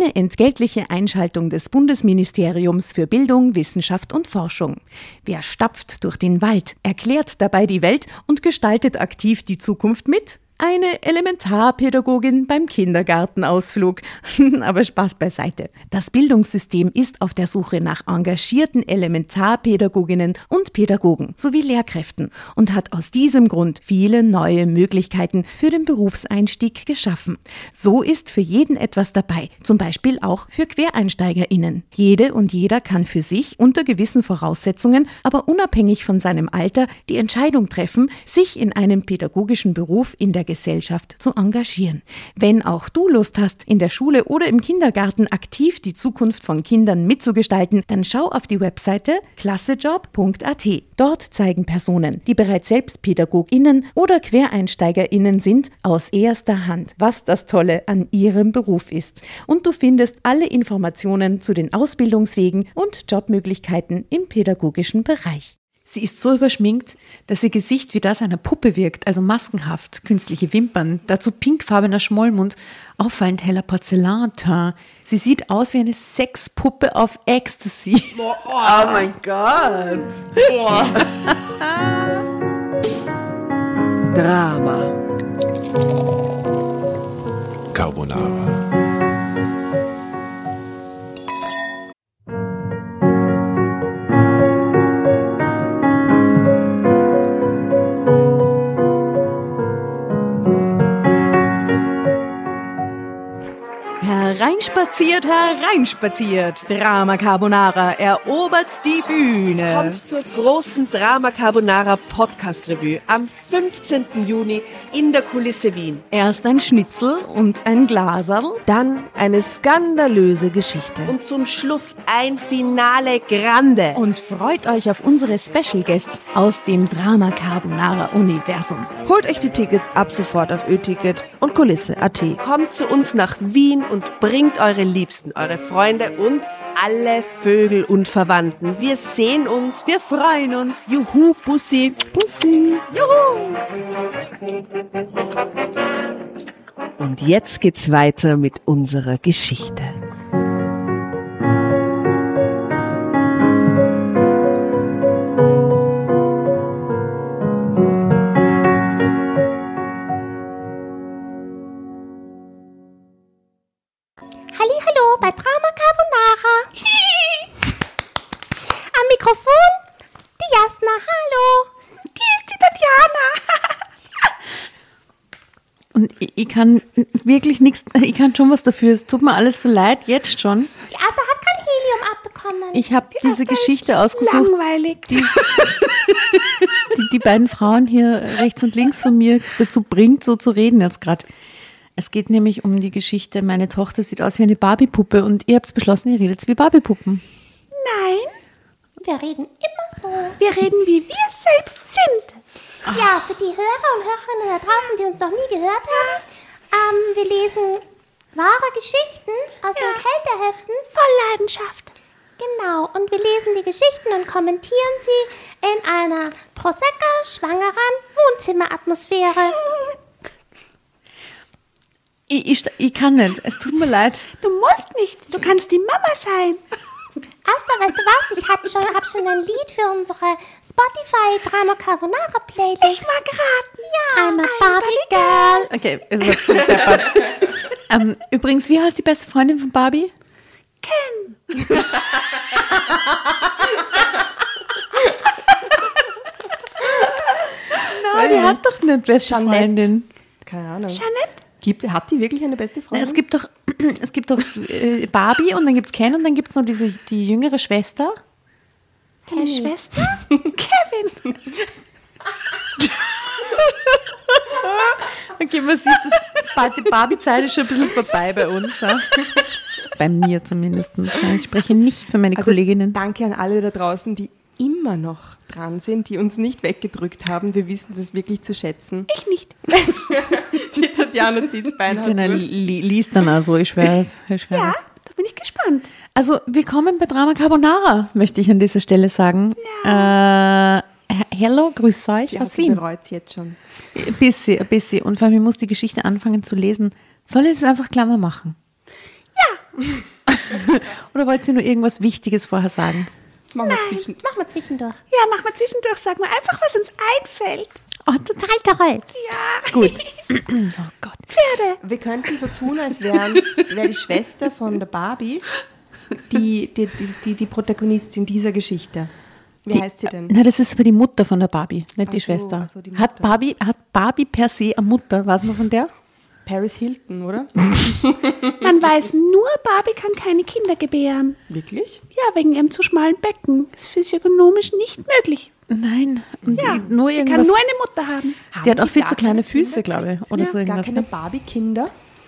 Eine entgeltliche Einschaltung des Bundesministeriums für Bildung, Wissenschaft und Forschung. Wer stapft durch den Wald, erklärt dabei die Welt und gestaltet aktiv die Zukunft mit? Eine Elementarpädagogin beim Kindergartenausflug. Aber Spaß beiseite. Das Bildungssystem ist auf der Suche nach engagierten Elementarpädagoginnen und Pädagogen sowie Lehrkräften und hat aus diesem Grund viele neue Möglichkeiten für den Berufseinstieg geschaffen. So ist für jeden etwas dabei, zum Beispiel auch für QuereinsteigerInnen. Jede und jeder kann für sich unter gewissen Voraussetzungen, aber unabhängig von seinem Alter, die Entscheidung treffen, sich in einem pädagogischen Beruf in der Gesellschaft zu engagieren. Wenn auch du Lust hast, in der Schule oder im Kindergarten aktiv die Zukunft von Kindern mitzugestalten, dann schau auf die Webseite klassejob.at. Dort zeigen Personen, die bereits selbst PädagogInnen oder QuereinsteigerInnen sind, aus erster Hand, was das Tolle an ihrem Beruf ist. Und du findest alle Informationen zu den Ausbildungswegen und Jobmöglichkeiten im pädagogischen Bereich. Sie ist so überschminkt, dass ihr Gesicht wie das einer Puppe wirkt, also maskenhaft, künstliche Wimpern, dazu pinkfarbener Schmollmund, auffallend heller Porzellanteint. Sie sieht aus wie eine Sexpuppe auf Ecstasy. Boah, oh mein Gott. Boah. Drama. Carbonara. Hereinspaziert, Drama Carbonara erobert die Bühne. Kommt zur großen Drama Carbonara Podcast Revue am 15. Juni in der Kulisse Wien. Erst ein Schnitzel und ein Glaserl. Dann eine skandalöse Geschichte. Und zum Schluss ein Finale Grande. Und freut euch auf unsere Special Guests aus dem Drama Carbonara Universum. Holt euch die Tickets ab sofort auf Ö-Ticket und Kulisse.at. Kommt zu uns nach Wien und bringt eure Liebsten, eure Freunde und alle Vögel und Verwandten. Wir sehen uns, wir freuen uns. Juhu, Bussi. Bussi. Juhu! Und jetzt geht's weiter mit unserer Geschichte. Hallihallo bei Drama Carbonara. Am Mikrofon die Jasna, hallo. Die ist die Tatjana. Und ich kann wirklich nichts, ich kann schon was dafür. Es tut mir alles so leid, jetzt schon. Die Asta hat kein Helium abbekommen. Ich habe diese Geschichte ausgesucht, langweilig. die beiden Frauen hier rechts und links von mir dazu bringt, so zu reden jetzt gerade. Es geht nämlich um die Geschichte, meine Tochter sieht aus wie eine Barbie-Puppe und ihr habt beschlossen, ihr redet wie Barbie-Puppen. Nein, wir reden immer so. Wir reden, wie wir selbst sind. Ja, für die Hörer und Hörerinnen da draußen, die uns noch nie gehört haben, wir lesen wahre Geschichten aus den Kälteheften. Voll Leidenschaft. Genau, und wir lesen die Geschichten und kommentieren sie in einer Prosecco-schwangeren Wohnzimmeratmosphäre. Ich kann nicht, es tut mir leid. Du musst nicht, du kannst die Mama sein. Asta, weißt du was? Ich hab schon ein Lied für unsere Spotify Drama Carbonara Playlist. Ich mag raten. Ja, I'm a Barbie Girl. Okay, es wird zu deppert. Übrigens, wie heißt die beste Freundin von Barbie? Ken. Nein, die hat doch eine beste Freundin. Keine Ahnung. Jeanette? Hat die wirklich eine beste Freundin? Es gibt doch Barbie und dann gibt es Ken und dann gibt es noch die jüngere Schwester. Deine Schwester? Kevin. Okay, man sieht, die Barbie-Zeit ist schon ein bisschen vorbei bei uns. Ja? Bei mir zumindest. Ich spreche nicht für meine Kolleginnen. Danke an alle da draußen, die immer noch dran sind, die uns nicht weggedrückt haben. Wir wissen das wirklich zu schätzen. Ich nicht. Die Tatjana Tietzbein hat liest dann also, ich schwöre es. Ja, da bin ich gespannt. Also, willkommen bei Drama Carbonara, möchte ich an dieser Stelle sagen. Ja. Hello, grüß euch aus Wien. bereut es jetzt schon. Ein bisschen. Und vor allem, ich muss die Geschichte anfangen zu lesen. Soll ich es einfach Klammer machen? Ja. Oder wollt ihr nur irgendwas Wichtiges vorher sagen? Machen wir zwischendurch. Ja, mach mal zwischendurch, sag mal einfach, was uns einfällt. Oh, total toll. Ja. Gut. Oh Gott. Pferde. Wir könnten so tun, als wäre die Schwester von der Barbie die Protagonistin dieser Geschichte. Wie heißt sie denn? Na, das ist aber die Mutter von der Barbie, nicht die Ach so, Schwester. ach so, die Hat Barbie per se eine Mutter? Weiß man von der? Paris Hilton, oder? Man weiß nur, Barbie kann keine Kinder gebären. Wirklich? Ja, wegen ihrem zu schmalen Becken. Ist physiognomisch nicht möglich. Nein. Und Ja, nur sie irgendwas. kann nur eine Mutter haben. Die hat auch viel gar zu kleine keine Kinder Füße, glaube ich. gekriegt? Oder Ja, so gar irgendwas. keine Ne? Barbie-Kinder?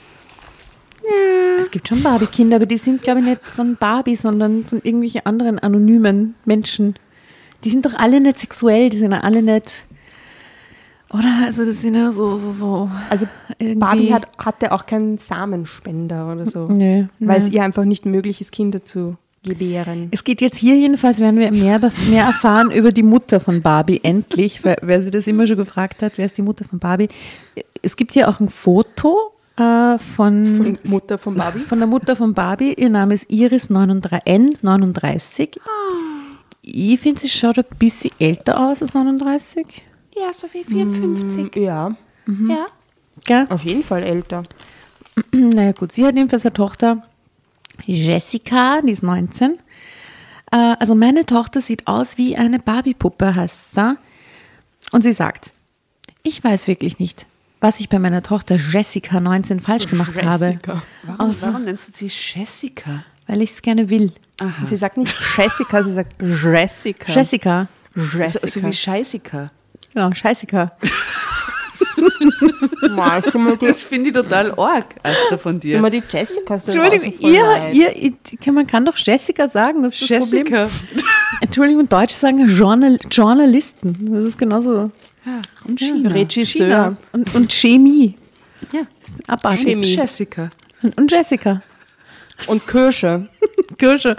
Es gibt schon Barbie-Kinder, aber die sind, glaube ich, nicht von Barbie, sondern von irgendwelchen anderen anonymen Menschen. Die sind doch alle nicht sexuell, die sind ja alle nicht. Oder? Also, das sind ja so. Also irgendwie- Barbie hatte auch keinen Samenspender oder so. Nö, Weil es nö. ihr einfach nicht möglich ist, Kinder zu gebären. Es geht jetzt hier jedenfalls, werden wir mehr erfahren über die Mutter von Barbie, endlich, weil wer sich das immer schon gefragt hat, wer ist die Mutter von Barbie. Es gibt hier auch ein Foto von Mutter von Barbie? von der Mutter von Barbie. Ihr Name ist Iris N39. Ich finde, sie schaut ein bisschen älter aus als 39. Ja, so wie 54. Ja, Ja. Gell? auf jeden Fall älter. Naja gut, sie hat jedenfalls eine Tochter, Jessica, die ist 19. Also meine Tochter sieht aus wie eine Barbie-Puppe, heißt sie. Und sie sagt, ich weiß wirklich nicht, was ich bei meiner Tochter Jessica 19 falsch gemacht habe. Warum nennst du sie Jessica? Weil ich es gerne will. Sie sagt nicht Jessica, sie sagt Jessica. Jessica. So wie Scheißica. Genau, Scheißica. Das finde ich total arg, Asta, von dir. Sollen wir die Jessica so Entschuldigung, man kann doch Jessica sagen, das ist das Problem. Jessica. Entschuldigung, Deutsche sagen Journalisten. Das ist genauso. Und China. Regisseur. Und Chemie. Ja. Abartig. Chemie. Jessica. Und Jessica. Und Kirsche. Kirsche.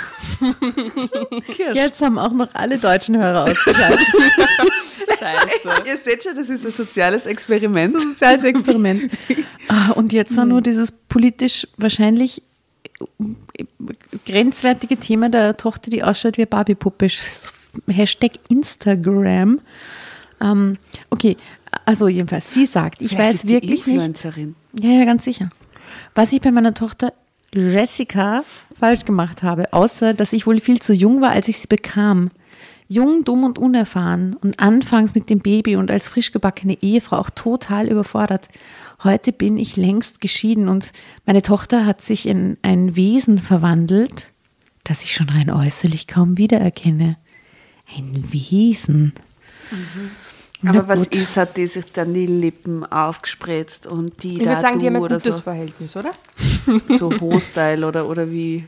Jetzt haben auch noch alle deutschen Hörer ausgeschaltet. Scheiße. Ihr seht schon, das ist ein soziales Experiment. Soziales Experiment. Und jetzt nur dieses politisch wahrscheinlich grenzwertige Thema der Tochter, die ausschaut wie eine Barbie-Puppe. Hashtag Instagram. Okay, also jedenfalls, sie sagt, ich Vielleicht weiß ist die wirklich nicht. Influencerin. Ja, ganz sicher. Was ich bei meiner Tochter Jessica falsch gemacht habe, außer dass ich wohl viel zu jung war, als ich sie bekam. Jung, dumm und unerfahren und anfangs mit dem Baby und als frisch gebackene Ehefrau auch total überfordert. Heute bin ich längst geschieden und meine Tochter hat sich in ein Wesen verwandelt, das ich schon rein äußerlich kaum wiedererkenne. Ein Wesen. Na Aber was gut. ist, hat die sich dann die Lippen aufgespritzt und die Ich würde sagen, die haben ein oder gutes so, Verhältnis, oder? so Ho-Style oder wie?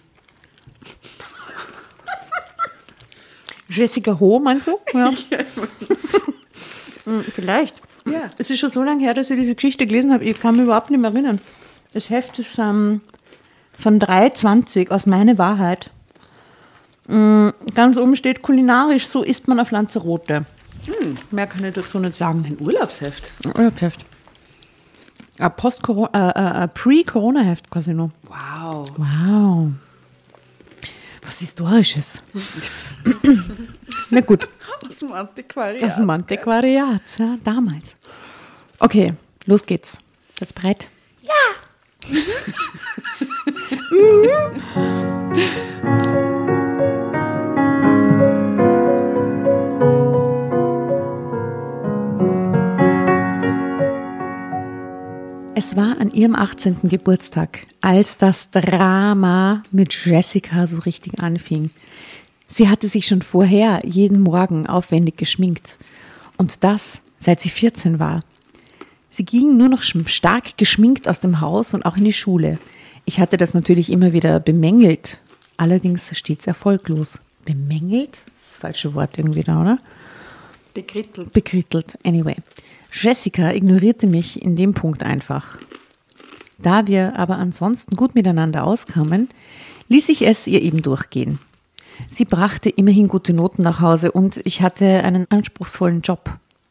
Jessica Ho, meinst du? Ja. Vielleicht. Ja. Es ist schon so lange her, dass ich diese Geschichte gelesen habe. Ich kann mich überhaupt nicht mehr erinnern. Das Heft ist von 3,20 aus Meine Wahrheit. Ganz oben steht kulinarisch, so isst man auf Lanzarote. Mehr kann ich dazu nicht sagen. Ein Urlaubsheft. Urlaubsheft. Ein Pre-Corona-Heft quasi noch. Wow. Wow. Was Historisches. Na gut. Das ist ein Antiquariat. Das ist ein Antiquariat, ja, damals. Okay, los geht's. Jetzt bereit? Es war an ihrem 18. Geburtstag, als das Drama mit Jessica so richtig anfing. Sie hatte sich schon vorher jeden Morgen aufwendig geschminkt. Und das, seit sie 14 war. Sie ging nur noch stark geschminkt aus dem Haus und auch in die Schule. Ich hatte das natürlich immer wieder bemängelt. Allerdings stets erfolglos. Bemängelt? Das ist das falsche Wort irgendwie da, oder? Bekrittelt. Bekrittelt. Anyway. Jessica ignorierte mich in dem Punkt einfach. Da wir aber ansonsten gut miteinander auskamen, ließ ich es ihr eben durchgehen. Sie brachte immerhin gute Noten nach Hause und ich hatte einen anspruchsvollen Job.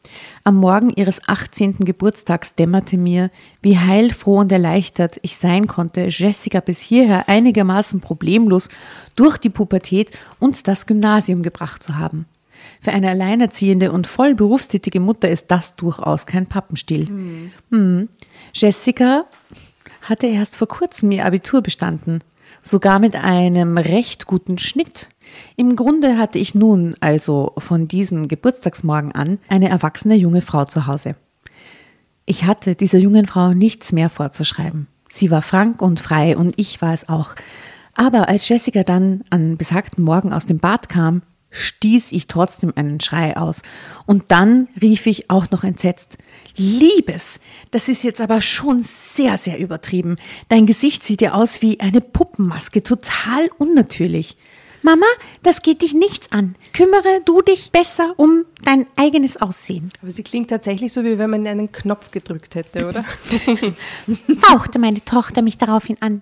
Am Morgen ihres 18. Geburtstags dämmerte mir, wie heilfroh und erleichtert ich sein konnte, Jessica bis hierher einigermaßen problemlos durch die Pubertät und das Gymnasium gebracht zu haben. Für eine alleinerziehende und voll berufstätige Mutter ist das durchaus kein Pappenstiel. Jessica hatte erst vor kurzem ihr Abitur bestanden, sogar mit einem recht guten Schnitt. Im Grunde hatte ich nun, also von diesem Geburtstagsmorgen an, eine erwachsene junge Frau zu Hause. Ich hatte dieser jungen Frau nichts mehr vorzuschreiben. Sie war frank und frei und ich war es auch. Aber als Jessica dann an besagten Morgen aus dem Bad kam, stieß ich trotzdem einen Schrei aus. Und dann rief ich auch noch entsetzt: Liebes, das ist jetzt aber schon sehr, sehr übertrieben. Dein Gesicht sieht ja aus wie eine Puppenmaske, total unnatürlich. Mama, das geht dich nichts an. Kümmere du dich besser um dein eigenes Aussehen. Aber sie klingt tatsächlich so, wie wenn man einen Knopf gedrückt hätte, oder? Fauchte meine Tochter mich daraufhin an.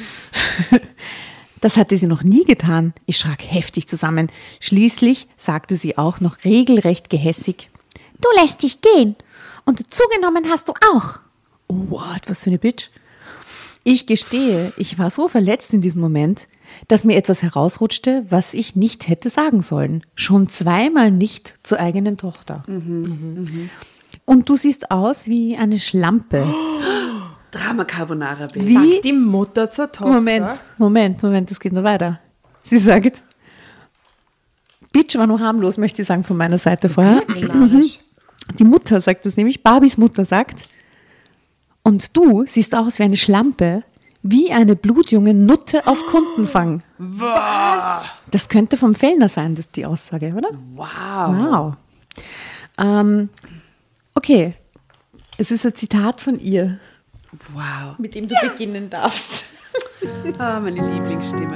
Das hatte sie noch nie getan. Ich schrak heftig zusammen. Schließlich sagte sie auch noch regelrecht gehässig: Du lässt dich gehen. Und zugenommen hast du auch. Oh, what, was für eine Bitch. Ich gestehe, ich war so verletzt in diesem Moment, dass mir etwas herausrutschte, was ich nicht hätte sagen sollen. Schon zweimal nicht zur eigenen Tochter. Und du siehst aus wie eine Schlampe. Drama Carbonara, bitte. Wie? Sagt die Mutter zur Tochter. Moment, das geht noch weiter. Sie sagt, Bitch war nur harmlos, möchte ich sagen, von meiner Seite vorher. Die Mutter sagt das nämlich, Barbies Mutter sagt, und du siehst aus wie eine Schlampe, wie eine blutjunge Nutte auf Kundenfang. Was? Das könnte vom Fellner sein, das ist die Aussage, oder? Wow. Okay, es ist ein Zitat von ihr. Wow. Mit dem du beginnen darfst. Meine Lieblingsstimme.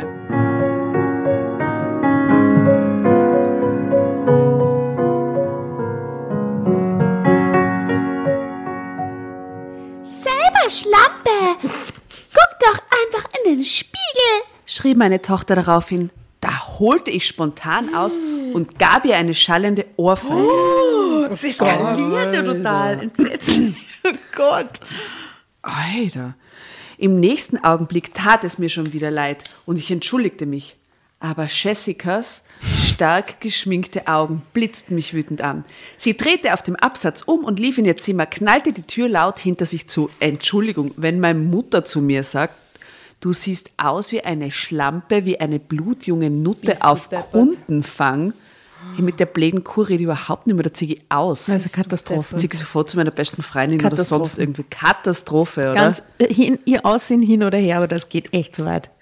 Selber Schlampe! Guck doch einfach in den Spiegel! Schrie meine Tochter daraufhin. Da holte ich spontan aus und gab ihr eine schallende Ohrfeige. Sie eskalierte total. Entsetzlich. Oh Gott. Alter. Im nächsten Augenblick tat es mir schon wieder leid und ich entschuldigte mich. Aber Jessicas stark geschminkte Augen blitzten mich wütend an. Sie drehte auf dem Absatz um und lief in ihr Zimmer, knallte die Tür laut hinter sich zu. Entschuldigung, wenn meine Mutter zu mir sagt, du siehst aus wie eine Schlampe, wie eine blutjunge Nutte auf Kundenfang. Mit der bläden Kuh rede ich überhaupt nicht mehr, da ziehe ich aus. Also Katastrophe. Ziehe ich sofort zu meiner besten Freundin oder sonst irgendwie. Katastrophe, oder? Ganz ihr Aussehen hin oder her, aber das geht echt zu weit.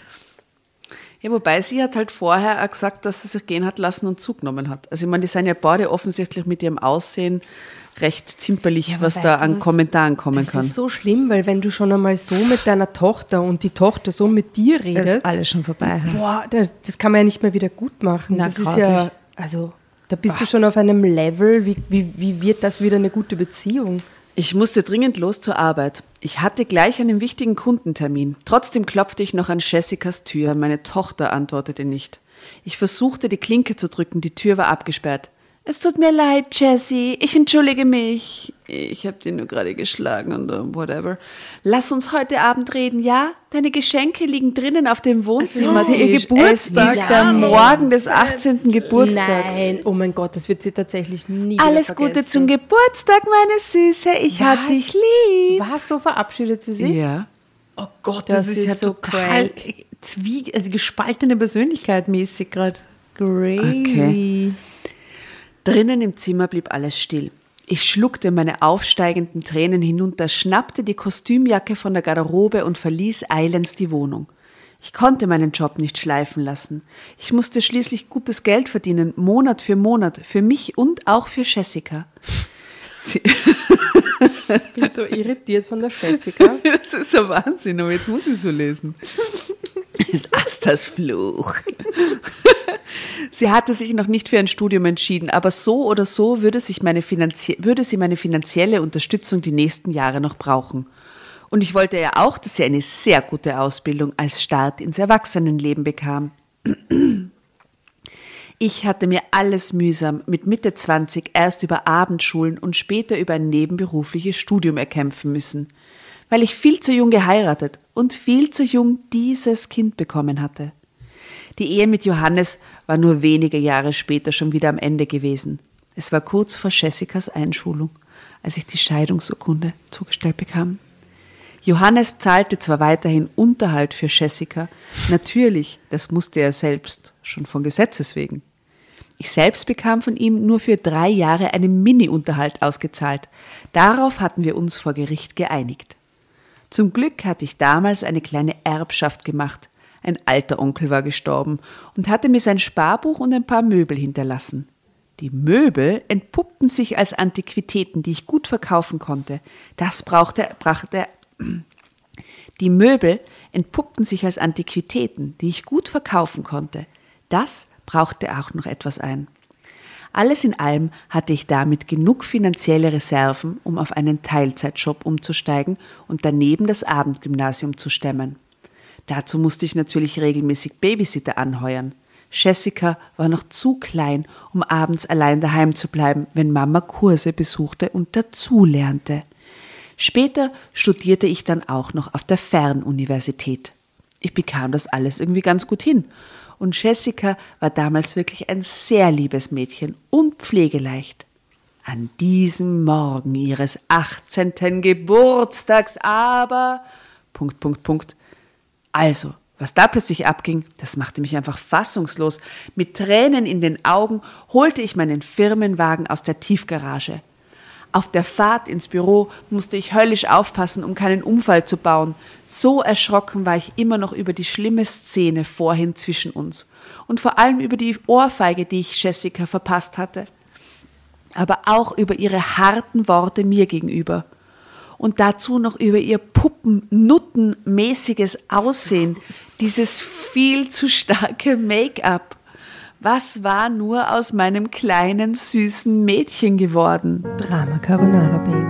Ja, wobei sie hat halt vorher auch gesagt, dass sie sich gehen hat lassen und zugenommen hat. Also ich meine, die sind ja beide offensichtlich mit ihrem Aussehen recht zimperlich, ja, was da an Kommentaren kommen kann. Das ist so schlimm, weil wenn du schon einmal so mit deiner Tochter und die Tochter so mit dir redet, das ist alles schon vorbei. Boah, das kann man ja nicht mehr wieder gut machen. Na, das ist ja, also da bist du schon auf einem Level, wie wird das wieder eine gute Beziehung? Ich musste dringend los zur Arbeit. Ich hatte gleich einen wichtigen Kundentermin. Trotzdem klopfte ich noch an Jessicas Tür. Meine Tochter antwortete nicht. Ich versuchte, die Klinke zu drücken. Die Tür war abgesperrt. Es tut mir leid, Jessie. Ich entschuldige mich. Ich habe dich nur gerade geschlagen und whatever. Lass uns heute Abend reden, ja? Deine Geschenke liegen drinnen auf dem Wohnzimmer. Also, ihr Geburtstag. Es ist der Morgen des 18. Geburtstags. Nein, oh mein Gott, das wird sie tatsächlich nie Alles wieder Gute vergessen. zum Geburtstag, meine Süße. Ich hab dich lieb. Was, so verabschiedet sie sich? Ja. Oh Gott, Das das ist ist ja so total gespaltene Persönlichkeit mäßig gerade. Crazy. Okay. Drinnen im Zimmer blieb alles still. Ich schluckte meine aufsteigenden Tränen hinunter, schnappte die Kostümjacke von der Garderobe und verließ eilends die Wohnung. Ich konnte meinen Job nicht schleifen lassen. Ich musste schließlich gutes Geld verdienen, Monat, für mich und auch für Jessica. Ich bin so irritiert von der Jessica. Das ist ein Wahnsinn, aber jetzt muss ich so lesen. Das ist Astas Fluch. Sie hatte sich noch nicht für ein Studium entschieden, aber so oder so würde sie meine finanzielle Unterstützung die nächsten Jahre noch brauchen. Und ich wollte ja auch, dass sie eine sehr gute Ausbildung als Start ins Erwachsenenleben bekam. Ich hatte mir alles mühsam mit Mitte 20 erst über Abendschulen und später über ein nebenberufliches Studium erkämpfen müssen, weil ich viel zu jung geheiratet und viel zu jung dieses Kind bekommen hatte. Die Ehe mit Johannes war nur wenige Jahre später schon wieder am Ende gewesen. Es war kurz vor Jessicas Einschulung, als ich die Scheidungsurkunde zugestellt bekam. Johannes zahlte zwar weiterhin Unterhalt für Jessica, natürlich, das musste er selbst, schon von Gesetzes wegen. Ich selbst bekam von ihm nur für 3 Jahre einen Mini-Unterhalt ausgezahlt. Darauf hatten wir uns vor Gericht geeinigt. Zum Glück hatte ich damals eine kleine Erbschaft gemacht. Ein alter Onkel war gestorben und hatte mir sein Sparbuch und ein paar Möbel hinterlassen. Die Möbel entpuppten sich als Antiquitäten, die ich gut verkaufen konnte. Die Möbel entpuppten sich als Antiquitäten, die ich gut verkaufen konnte. Das brauchte auch noch etwas ein. Alles in allem hatte ich damit genug finanzielle Reserven, um auf einen Teilzeitjob umzusteigen und daneben das Abendgymnasium zu stemmen. Dazu musste ich natürlich regelmäßig Babysitter anheuern. Jessica war noch zu klein, um abends allein daheim zu bleiben, wenn Mama Kurse besuchte und dazulernte. Später studierte ich dann auch noch auf der Fernuniversität. Ich bekam das alles irgendwie ganz gut hin. Und Jessica war damals wirklich ein sehr liebes Mädchen und pflegeleicht. An diesem Morgen ihres 18. Geburtstags aber... ... Also, was da plötzlich abging, das machte mich einfach fassungslos. Mit Tränen in den Augen holte ich meinen Firmenwagen aus der Tiefgarage. Auf der Fahrt ins Büro musste ich höllisch aufpassen, um keinen Unfall zu bauen. So erschrocken war ich immer noch über die schlimme Szene vorhin zwischen uns und vor allem über die Ohrfeige, die ich Jessica verpasst hatte. Aber auch über ihre harten Worte mir gegenüber. Und dazu noch über ihr puppennuttenmäßiges Aussehen, dieses viel zu starke Make-up. Was war nur aus meinem kleinen, süßen Mädchen geworden? Drama Carbonara Baby.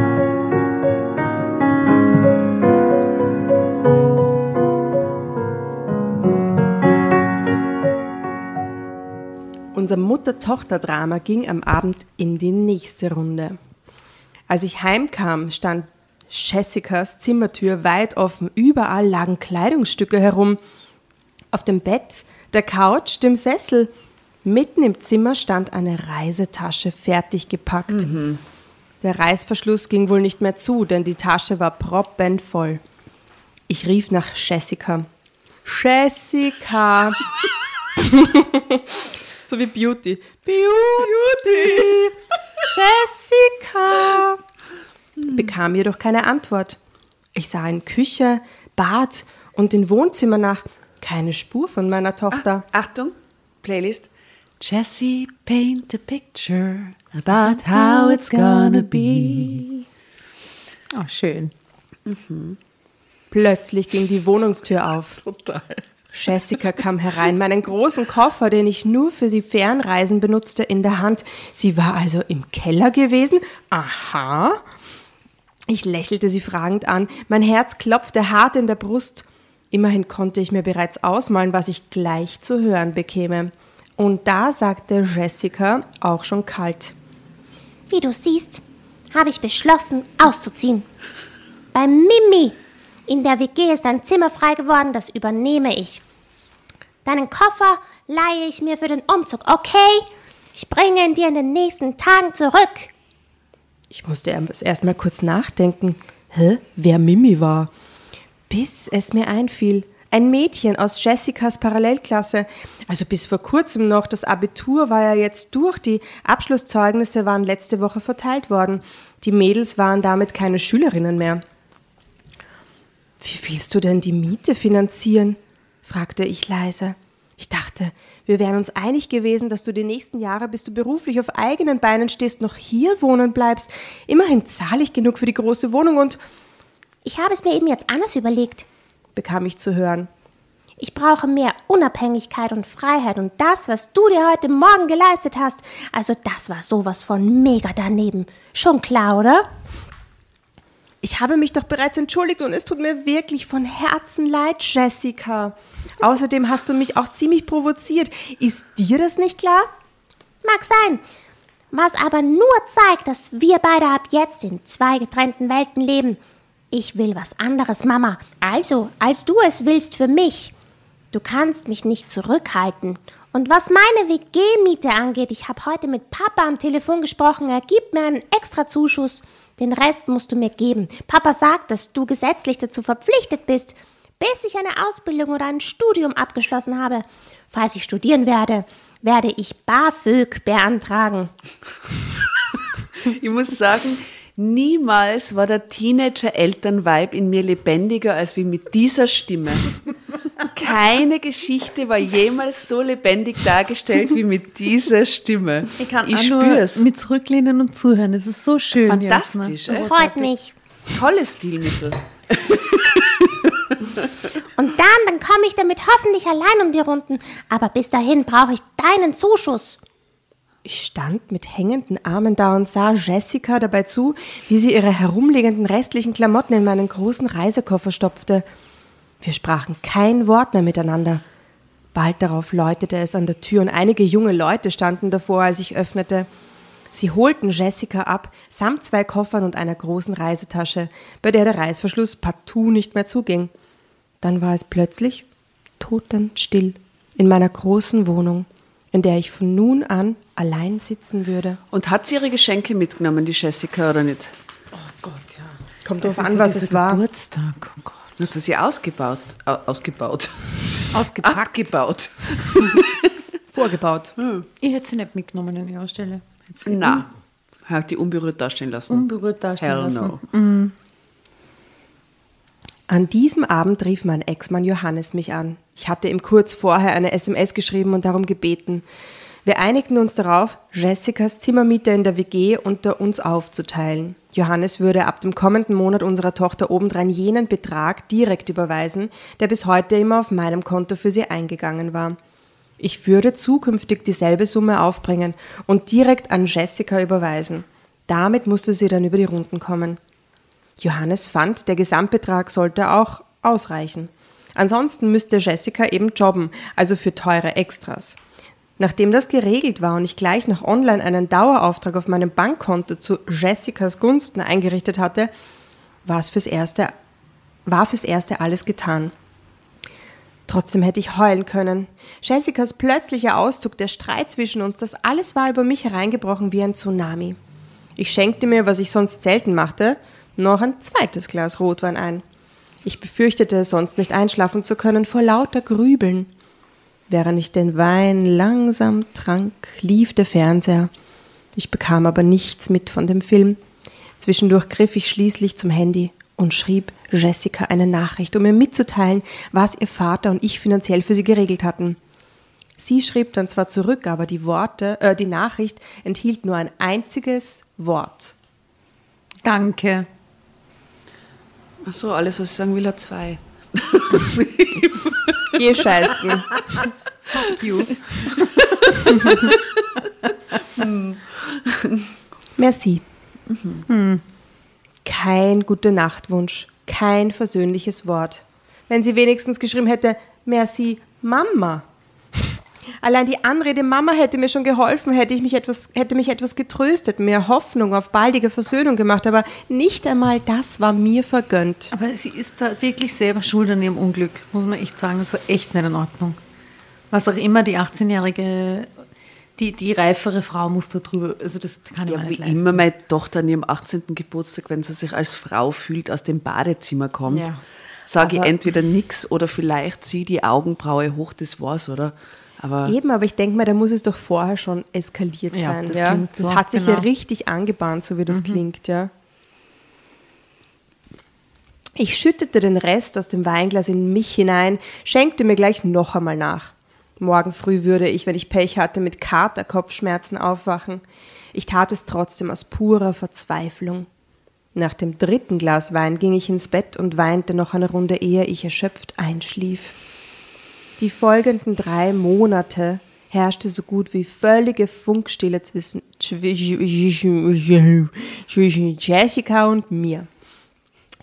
Unser Mutter-Tochter-Drama ging am Abend in die nächste Runde. Als ich heimkam, stand Jessicas Zimmertür weit offen. Überall lagen Kleidungsstücke herum. Auf dem Bett, der Couch, dem Sessel. Mitten im Zimmer stand eine Reisetasche fertig gepackt. Der Reißverschluss ging wohl nicht mehr zu, denn die Tasche war proppenvoll. Ich rief nach Jessica. Jessica! So wie Beauty. Beauty! Jessica! Bekam jedoch keine Antwort. Ich sah in Küche, Bad und in Wohnzimmer nach. Keine Spur von meiner Tochter. Achtung, Playlist. Jessie, paint a picture about how it's gonna be. Oh, schön. Plötzlich ging die Wohnungstür auf. Total. Jessica kam herein, meinen großen Koffer, den ich nur für die Fernreisen benutzte, in der Hand. Sie war also im Keller gewesen? Aha. Ich lächelte sie fragend an. Mein Herz klopfte hart in der Brust. Immerhin konnte ich mir bereits ausmalen, was ich gleich zu hören bekäme. Und da sagte Jessica, auch schon kalt: Wie du siehst, habe ich beschlossen, auszuziehen. Bei Mimi in der WG ist ein Zimmer frei geworden, das übernehme ich. Deinen Koffer leihe ich mir für den Umzug, okay? Ich bringe ihn dir in den nächsten Tagen zurück. Ich musste erst mal kurz nachdenken, wer Mimi war. Bis es mir einfiel, ein Mädchen aus Jessicas Parallelklasse. Also bis vor kurzem noch, das Abitur war ja jetzt durch, die Abschlusszeugnisse waren letzte Woche verteilt worden. Die Mädels waren damit keine Schülerinnen mehr. Wie willst du denn die Miete finanzieren? Fragte ich leise. Ich dachte, wir wären uns einig gewesen, dass du die nächsten Jahre, bis du beruflich auf eigenen Beinen stehst, noch hier wohnen bleibst. Immerhin zahle ich genug für die große Wohnung und... Ich habe es mir eben jetzt anders überlegt, bekam ich zu hören. Ich brauche mehr Unabhängigkeit und Freiheit und das, was du dir heute Morgen geleistet hast, also das war sowas von mega daneben. Schon klar, oder? Ich habe mich doch bereits entschuldigt und es tut mir wirklich von Herzen leid, Jessica. Außerdem hast du mich auch ziemlich provoziert. Ist dir das nicht klar? Mag sein. Was aber nur zeigt, dass wir beide ab jetzt in 2 getrennten Welten leben. Ich will was anderes, Mama. Also, als du es willst für mich. Du kannst mich nicht zurückhalten. Und was meine WG-Miete angeht, ich habe heute mit Papa am Telefon gesprochen. Er gibt mir einen extra Zuschuss. Den Rest musst du mir geben. Papa sagt, dass du gesetzlich dazu verpflichtet bist, bis ich eine Ausbildung oder ein Studium abgeschlossen habe. Falls ich studieren werde, werde ich BAföG beantragen. Ich muss sagen, niemals war der Teenager-Eltern-Vibe in mir lebendiger als wie mit dieser Stimme. Keine Geschichte war jemals so lebendig dargestellt wie mit dieser Stimme. Ich spür's. Mit zurücklehnen und zuhören. Es ist so schön. Fantastisch. Das freut mich. Tolles Stilmittel. Und dann komme ich damit hoffentlich allein um die Runden. Aber bis dahin brauche ich deinen Zuschuss. Ich stand mit hängenden Armen da und sah Jessica dabei zu, wie sie ihre herumliegenden restlichen Klamotten in meinen großen Reisekoffer stopfte. Wir sprachen kein Wort mehr miteinander. Bald darauf läutete es an der Tür und einige junge Leute standen davor, als ich öffnete. Sie holten Jessica ab, samt 2 Koffern und einer großen Reisetasche, bei der der Reißverschluss partout nicht mehr zuging. Dann war es plötzlich totenstill in meiner großen Wohnung, in der ich von nun an allein sitzen würde. Und hat sie ihre Geschenke mitgenommen, die Jessica, oder nicht? Oh Gott, ja. Kommt drauf an, was es war. Geburtstag, oh Gott. Hat sie ausgebaut? Ausgepackt. Vorgebaut. Ich hätte sie nicht mitgenommen an ihrer Stelle. Nein, hat die unberührt dastehen lassen. Unberührt dastehen Hell lassen. no. An diesem Abend rief mein Ex-Mann Johannes mich an. Ich hatte ihm kurz vorher eine SMS geschrieben und darum gebeten. Wir einigten uns darauf, Jessicas Zimmermiete in der WG unter uns aufzuteilen. Johannes würde ab dem kommenden Monat unserer Tochter obendrein jenen Betrag direkt überweisen, der bis heute immer auf meinem Konto für sie eingegangen war. Ich würde zukünftig dieselbe Summe aufbringen und direkt an Jessica überweisen. Damit musste sie dann über die Runden kommen. Johannes fand, der Gesamtbetrag sollte auch ausreichen. Ansonsten müsste Jessica eben jobben, also für teure Extras. Nachdem das geregelt war und ich gleich noch online einen Dauerauftrag auf meinem Bankkonto zu Jessicas Gunsten eingerichtet hatte, war fürs Erste alles getan. Trotzdem hätte ich heulen können. Jessicas plötzlicher Auszug, der Streit zwischen uns, das alles war über mich hereingebrochen wie ein Tsunami. Ich schenkte mir, was ich sonst selten machte, noch ein 2. Glas Rotwein ein. Ich befürchtete, sonst nicht einschlafen zu können vor lauter Grübeln. Während ich den Wein langsam trank, lief der Fernseher. Ich bekam aber nichts mit von dem Film. Zwischendurch griff ich schließlich zum Handy und schrieb Jessica eine Nachricht, um ihr mitzuteilen, was ihr Vater und ich finanziell für sie geregelt hatten. Sie schrieb dann zwar zurück, aber die Nachricht enthielt nur ein einziges Wort. Danke. Ach so, alles, was ich sagen will, hat 2. Geh scheißen. Fuck you. Merci. Kein Gute-Nacht-Wunsch, kein versöhnliches Wort. Wenn sie wenigstens geschrieben hätte, Merci, Mama. Allein die Anrede Mama hätte mir schon geholfen, hätte mich etwas getröstet, mir Hoffnung auf baldige Versöhnung gemacht, aber nicht einmal das war mir vergönnt. Aber sie ist da wirklich selber schuld an ihrem Unglück, muss man echt sagen. Das war echt nicht in Ordnung. Was auch immer, die 18-jährige, die reifere Frau muss da drüber, also das kann ich mir nicht leisten. Wie immer meine Tochter an ihrem 18. Geburtstag, wenn sie sich als Frau fühlt, aus dem Badezimmer kommt, sage ich entweder nix oder vielleicht zieh die Augenbraue hoch, das war's, oder? Aber ich denke mal, da muss es doch vorher schon eskaliert sein. Das ja? klingt so, das hat sich ja richtig angebahnt, so wie das klingt. Ja. Ich schüttete den Rest aus dem Weinglas in mich hinein, schenkte mir gleich noch einmal nach. Morgen früh würde ich, wenn ich Pech hatte, mit Kater-Kopfschmerzen aufwachen. Ich tat es trotzdem aus purer Verzweiflung. Nach dem 3. Glas Wein ging ich ins Bett und weinte noch eine Runde, ehe ich erschöpft einschlief. Die folgenden 3 Monate herrschte so gut wie völlige Funkstille zwischen Jessica und mir.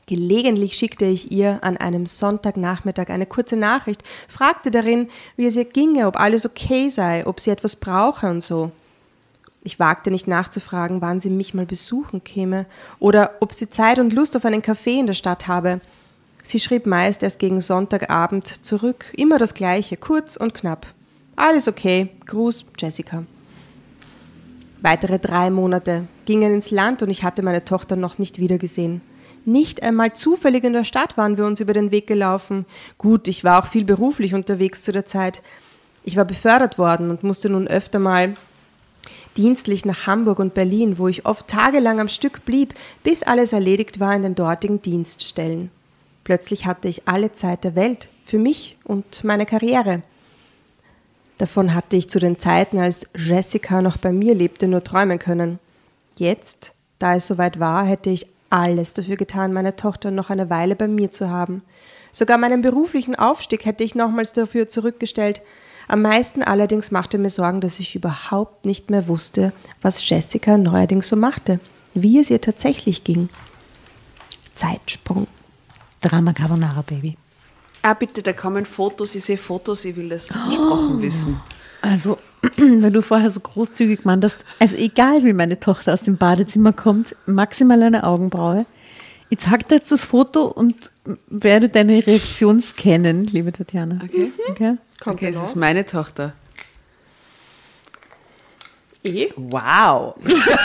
Gelegentlich schickte ich ihr an einem Sonntagnachmittag eine kurze Nachricht, fragte darin, wie es ihr ginge, ob alles okay sei, ob sie etwas brauche und so. Ich wagte nicht nachzufragen, wann sie mich mal besuchen käme oder ob sie Zeit und Lust auf einen Kaffee in der Stadt habe. Sie schrieb meist erst gegen Sonntagabend zurück, immer das Gleiche, kurz und knapp. Alles okay, Gruß, Jessica. Weitere 3 Monate gingen ins Land und ich hatte meine Tochter noch nicht wiedergesehen. Nicht einmal zufällig in der Stadt waren wir uns über den Weg gelaufen. Gut, ich war auch viel beruflich unterwegs zu der Zeit. Ich war befördert worden und musste nun öfter mal dienstlich nach Hamburg und Berlin, wo ich oft tagelang am Stück blieb, bis alles erledigt war in den dortigen Dienststellen. Plötzlich hatte ich alle Zeit der Welt für mich und meine Karriere. Davon hatte ich zu den Zeiten, als Jessica noch bei mir lebte, nur träumen können. Jetzt, da es soweit war, hätte ich alles dafür getan, meine Tochter noch eine Weile bei mir zu haben. Sogar meinen beruflichen Aufstieg hätte ich nochmals dafür zurückgestellt. Am meisten allerdings machte mir Sorgen, dass ich überhaupt nicht mehr wusste, was Jessica neuerdings so machte, wie es ihr tatsächlich ging. Zeitsprung. Drama Carbonara, Baby. Ah, bitte, da kommen Fotos, ich sehe Fotos, ich will das besprochen wissen. Also, weil du vorher so großzügig meintest, also egal wie meine Tochter aus dem Badezimmer kommt, maximal eine Augenbraue. Ich zeig dir jetzt das Foto und werde deine Reaktion scannen, liebe Tatjana. Okay. Kommt Es ist meine Tochter. Wow.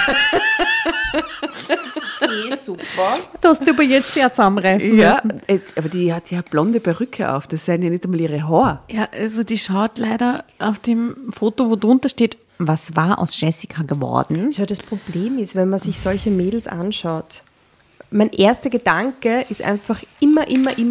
Super. Du hast dich aber jetzt sehr zusammenreißen müssen. Aber die hat ja blonde Perücke auf, das seien ja nicht einmal ihre Haare. Ja, also die schaut leider auf dem Foto, wo drunter steht, was war aus Jessica geworden? Schau, das Problem ist, wenn man sich solche Mädels anschaut, mein erster Gedanke ist einfach immer,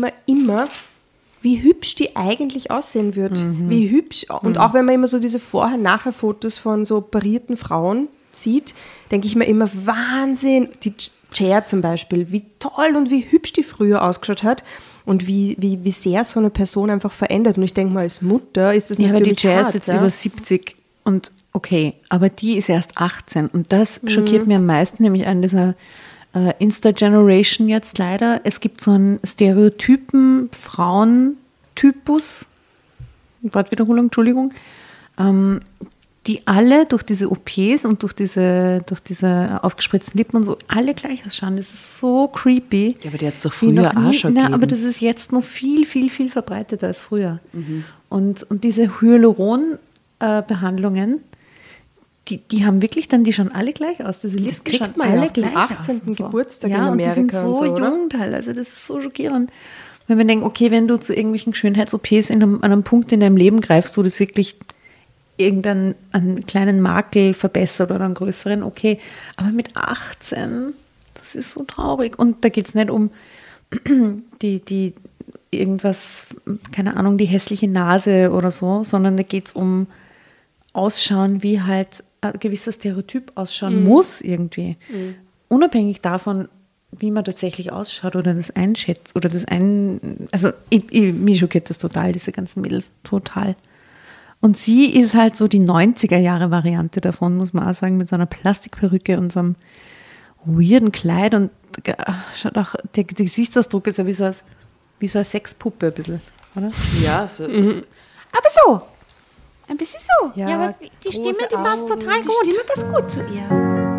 wie hübsch die eigentlich aussehen wird. Wie hübsch. Und auch wenn man immer so diese Vorher-Nachher-Fotos von so operierten Frauen sieht, denke ich mir immer, Wahnsinn. Die Cher zum Beispiel, wie toll und wie hübsch die früher ausgeschaut hat und wie sehr so eine Person einfach verändert. Und ich denke mal, als Mutter ist das Ja, aber die natürlich Cher ist hart, jetzt ja? über 70 und okay, aber die ist erst 18 und das schockiert mir am meisten, nämlich an dieser Insta-Generation jetzt leider. Es gibt so einen Stereotypen Frauentypus, Wortwiederholung, Entschuldigung, die alle durch diese OPs und durch diese aufgespritzten Lippen und so alle gleich ausschauen. Das ist so creepy. Ja, aber die hat es doch Wie früher noch auch nie- schon Na, gegeben. aber das ist jetzt noch viel, viel, viel verbreiteter als früher. Und diese Hyaluron-Behandlungen, die haben wirklich dann, die schauen alle gleich aus. Diese Lippen kriegt schauen man ja alle auch zum gleich 18. aus und so. Geburtstag ja, in und die sind Amerika und so so, oder? jung teilweise. Das ist so schockierend. Wenn wir denken, okay, wenn du zu irgendwelchen Schönheits-OPs an einem Punkt in deinem Leben greifst, wo das wirklich einen kleinen Makel verbessert oder einen größeren, okay. Aber mit 18, das ist so traurig. Und da geht es nicht um die irgendwas, keine Ahnung, die hässliche Nase oder so, sondern da geht es um Ausschauen, wie halt ein gewisser Stereotyp ausschauen muss irgendwie. Unabhängig davon, wie man tatsächlich ausschaut oder das einschätzt oder also mich schockiert das total, diese ganzen Mädels, total. Und sie ist halt so die 90er-Jahre-Variante davon, muss man auch sagen, mit so einer Plastikperücke und so einem weirden Kleid und schaut auch, der Gesichtsausdruck ist ja wie so eine Sexpuppe ein bisschen, oder? Ja, so. Aber so. Ein bisschen so. Ja, aber die Stimme, die große passt Augen. total gut. Die Stimme passt gut zu ihr.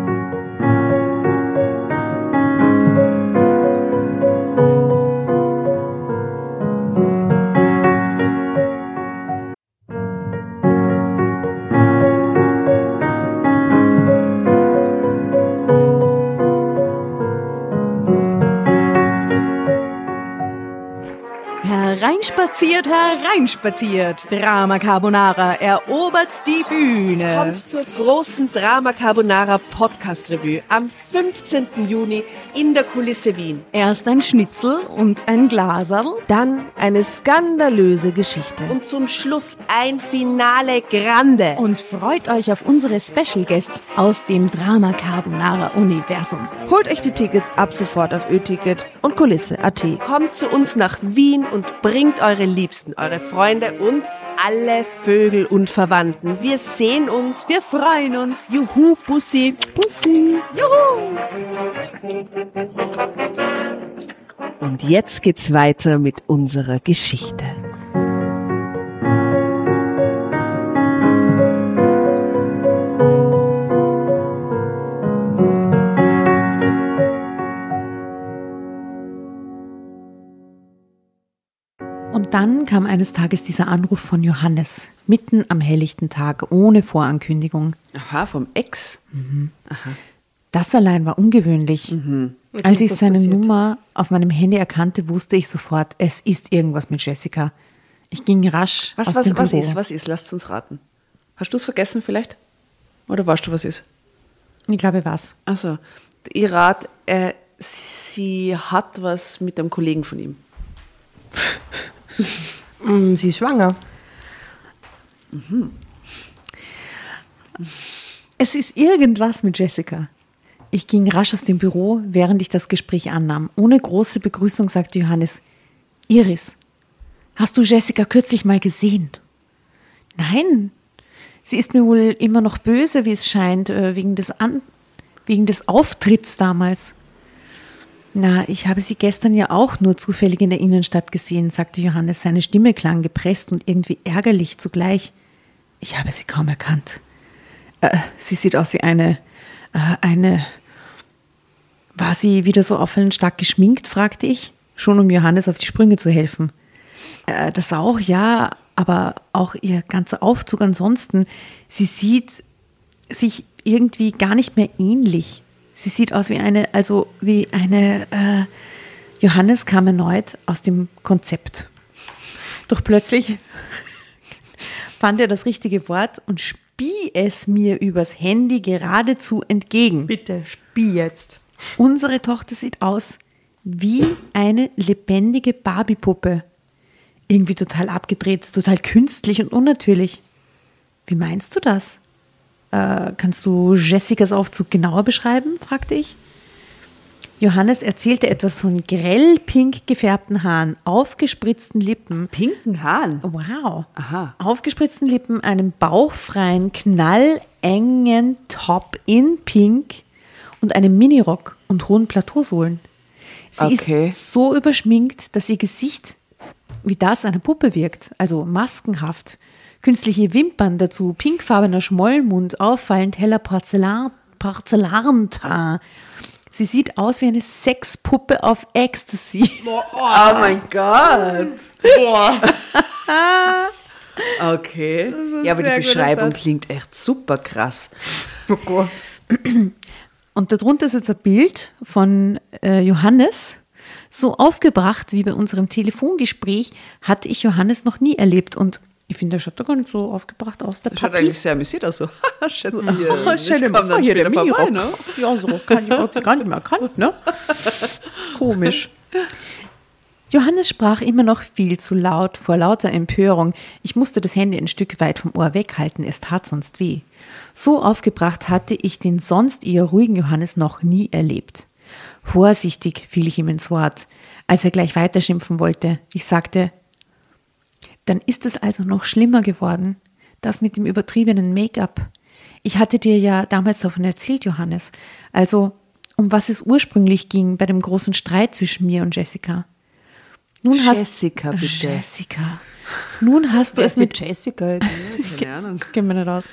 Hereinspaziert, Drama Carbonara erobert die Bühne. Kommt zur großen Drama Carbonara Podcast Revue am 15. Juni in der Kulisse Wien. Erst ein Schnitzel und ein Glaserl. Dann eine skandalöse Geschichte. Und zum Schluss ein Finale Grande. Und freut euch auf unsere Special Guests aus dem Drama Carbonara Universum. Holt euch die Tickets ab sofort auf Ö-Ticket und Kulisse.at. Kommt zu uns nach Wien und bringt eure Liebsten, eure Freunde und alle Vögel und Verwandten. Wir sehen uns, wir freuen uns. Juhu, Bussi. Bussi. Juhu. Und jetzt geht's weiter mit unserer Geschichte. Und dann kam eines Tages dieser Anruf von Johannes, mitten am helllichten Tag, ohne Vorankündigung. Aha, vom Ex. Aha. Das allein war ungewöhnlich. Als ich seine passiert? Nummer auf meinem Handy erkannte, wusste ich sofort, es ist irgendwas mit Jessica. Ich ging rasch aus dem Büro. Was ist? Lasst uns raten. Hast du es vergessen vielleicht? Oder weißt du, was ist? Ich glaube, was? Also, ihr Rat, sie hat was mit einem Kollegen von ihm. Sie ist schwanger. Es ist irgendwas mit Jessica. Ich ging rasch aus dem Büro, während ich das Gespräch annahm. Ohne große Begrüßung sagte Johannes, Iris, hast du Jessica kürzlich mal gesehen? Nein, sie ist mir wohl immer noch böse, wie es scheint, wegen des Auftritts damals. Na, ich habe sie gestern ja auch nur zufällig in der Innenstadt gesehen, sagte Johannes. Seine Stimme klang gepresst und irgendwie ärgerlich zugleich. Ich habe sie kaum erkannt. Sie sieht aus wie eine... War sie wieder so auffallend stark geschminkt, fragte ich, schon um Johannes auf die Sprünge zu helfen. Das auch, ja, aber auch ihr ganzer Aufzug ansonsten. Sie sieht sich irgendwie gar nicht mehr ähnlich. Sie sieht aus wie eine. Johannes kam erneut aus dem Konzept. Doch plötzlich fand er das richtige Wort und spie es mir übers Handy geradezu entgegen. Bitte, spie jetzt. Unsere Tochter sieht aus wie eine lebendige Barbie-Puppe. Irgendwie total abgedreht, total künstlich und unnatürlich. Wie meinst du das? Kannst du Jessicas Aufzug genauer beschreiben? Fragte ich. Johannes erzählte etwas von grell pink gefärbten Haaren, aufgespritzten Lippen. Pinken Haaren? Wow. Aha. Aufgespritzten Lippen, einem bauchfreien, knallengen Top in pink und einem Minirock und hohen Plateausohlen. Sie ist so überschminkt, dass ihr Gesicht wie das einer Puppe wirkt, also maskenhaft. Künstliche Wimpern dazu, pinkfarbener Schmollmund, auffallend heller Porzellanteint. Sie sieht aus wie eine Sexpuppe auf Ecstasy. Oh mein Gott. Boah. Okay. Ja, aber die Beschreibung klingt echt super krass. Oh Gott. Und darunter ist jetzt ein Bild von Johannes. So aufgebracht wie bei unserem Telefongespräch hatte ich Johannes noch nie erlebt. Und ich finde, der schaut doch gar nicht so aufgebracht aus. Der Schaut Papi. eigentlich sehr amüsiert aus. So. Schätzchen. Stell dir mal vor, hier der Minirock. Ne? Ja, so kann ich überhaupt gar nicht mehr erkannt, ne? Komisch. Johannes sprach immer noch viel zu laut, vor lauter Empörung. Ich musste das Handy ein Stück weit vom Ohr weghalten, es tat sonst weh. So aufgebracht hatte ich den sonst eher ruhigen Johannes noch nie erlebt. Vorsichtig fiel ich ihm ins Wort, als er gleich weiterschimpfen wollte. Ich sagte, dann ist es also noch schlimmer geworden, das mit dem übertriebenen Make-up. Ich hatte dir ja damals davon erzählt, Johannes. Also, um was es ursprünglich ging bei dem großen Streit zwischen mir und Jessica. Jessica, bitte. Jessica. Nun hast du es mit Jessica jetzt. Keine Ahnung. Gehen wir nicht raus.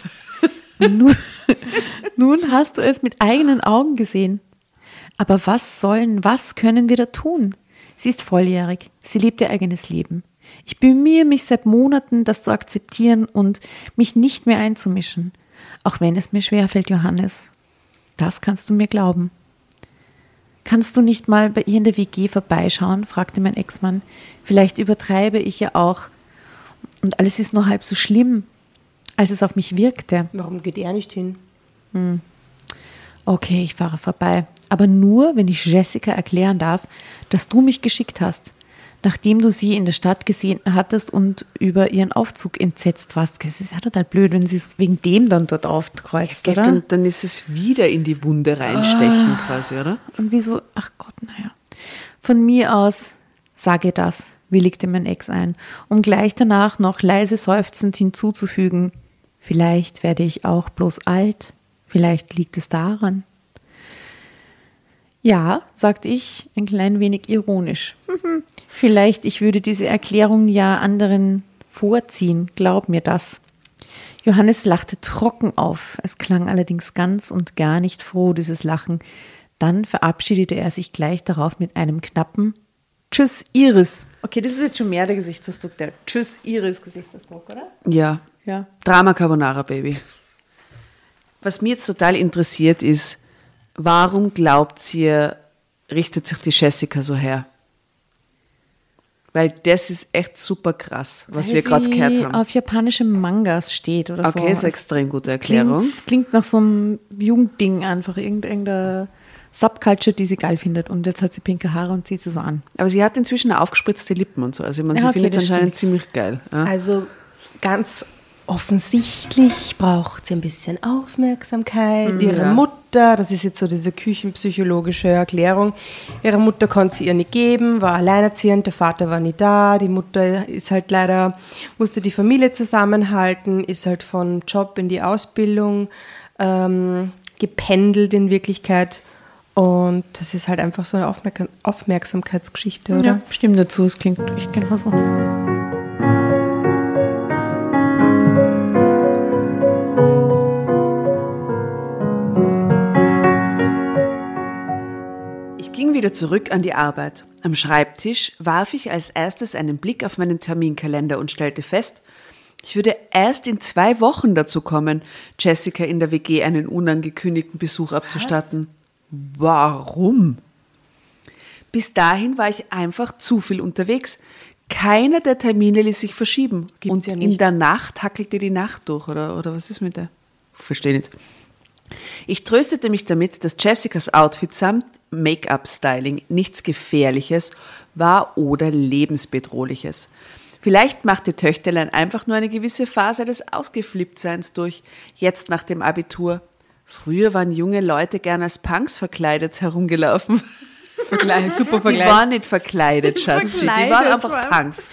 Nun hast du es mit eigenen Augen gesehen. Aber was können wir da tun? Sie ist volljährig, sie lebt ihr eigenes Leben. Ich bemühe mich seit Monaten, das zu akzeptieren und mich nicht mehr einzumischen. Auch wenn es mir schwerfällt, Johannes. Das kannst du mir glauben. Kannst du nicht mal bei ihr in der WG vorbeischauen? Fragte mein Ex-Mann. Vielleicht übertreibe ich ja auch. Und alles ist nur halb so schlimm, als es auf mich wirkte. Warum geht er nicht hin? Okay, ich fahre vorbei. Aber nur, wenn ich Jessica erklären darf, dass du mich geschickt hast. Nachdem du sie in der Stadt gesehen hattest und über ihren Aufzug entsetzt warst. Das ist ja total blöd, wenn sie es wegen dem dann dort aufkreuzt, oder? Und dann ist es wieder in die Wunde reinstechen quasi, oder? Und wieso? Ach Gott, naja. Von mir aus sage das, willigte mein Ex ein, um gleich danach noch leise seufzend hinzuzufügen. Vielleicht werde ich auch bloß alt, vielleicht liegt es daran. Ja, sagte ich, ein klein wenig ironisch. Vielleicht, ich würde diese Erklärung ja anderen vorziehen, glaub mir das. Johannes lachte trocken auf. Es klang allerdings ganz und gar nicht froh, dieses Lachen. Dann verabschiedete er sich gleich darauf mit einem knappen Tschüss, Iris. Okay, das ist jetzt schon mehr der Gesichtsausdruck, der Tschüss, Iris Gesichtsausdruck, oder? Ja. Drama Carbonara, Baby. Was mich jetzt total interessiert ist, warum glaubt ihr, richtet sich die Jessica so her? Weil das ist echt super krass, was wir gerade gehört haben. Auf japanische Mangas steht oder so. Okay, ist eine extrem gute Erklärung. Klingt nach so einem Jugendding einfach, irgendeiner Subculture, die sie geil findet. Und jetzt hat sie pinke Haare und zieht sie so an. Aber sie hat inzwischen aufgespritzte Lippen und so. Also sie findet es anscheinend ziemlich geil. Ja? Also ganz offensichtlich braucht sie ein bisschen Aufmerksamkeit. Ihre Mutter, das ist jetzt so diese küchenpsychologische Erklärung, ihre Mutter konnte sie ihr nicht geben, war alleinerziehend, der Vater war nie da, die Mutter ist halt leider, musste die Familie zusammenhalten, ist halt von Job in die Ausbildung gependelt in Wirklichkeit. Und das ist halt einfach so eine Aufmerksamkeitsgeschichte, oder? Ja, stimmt dazu, es klingt echt genau so. Ich ging wieder zurück an die Arbeit. Am Schreibtisch warf ich als erstes einen Blick auf meinen Terminkalender und stellte fest, ich würde erst in 2 Wochen dazu kommen, Jessica in der WG einen unangekündigten Besuch abzustatten. Warum? Bis dahin war ich einfach zu viel unterwegs. Keiner der Termine ließ sich verschieben. Gibt's und ja nicht. in der Nacht hackelte die Nacht durch, oder was ist mit der? Verstehe nicht. Ich tröstete mich damit, dass Jessicas Outfit samt Make-up-Styling nichts Gefährliches war oder lebensbedrohliches. Vielleicht machte Töchterlein einfach nur eine gewisse Phase des Ausgeflipptseins durch, jetzt nach dem Abitur. Früher waren junge Leute gern als Punks verkleidet herumgelaufen. Super Die Vergleich. waren nicht verkleidet, Schatzi. Die waren einfach Punks.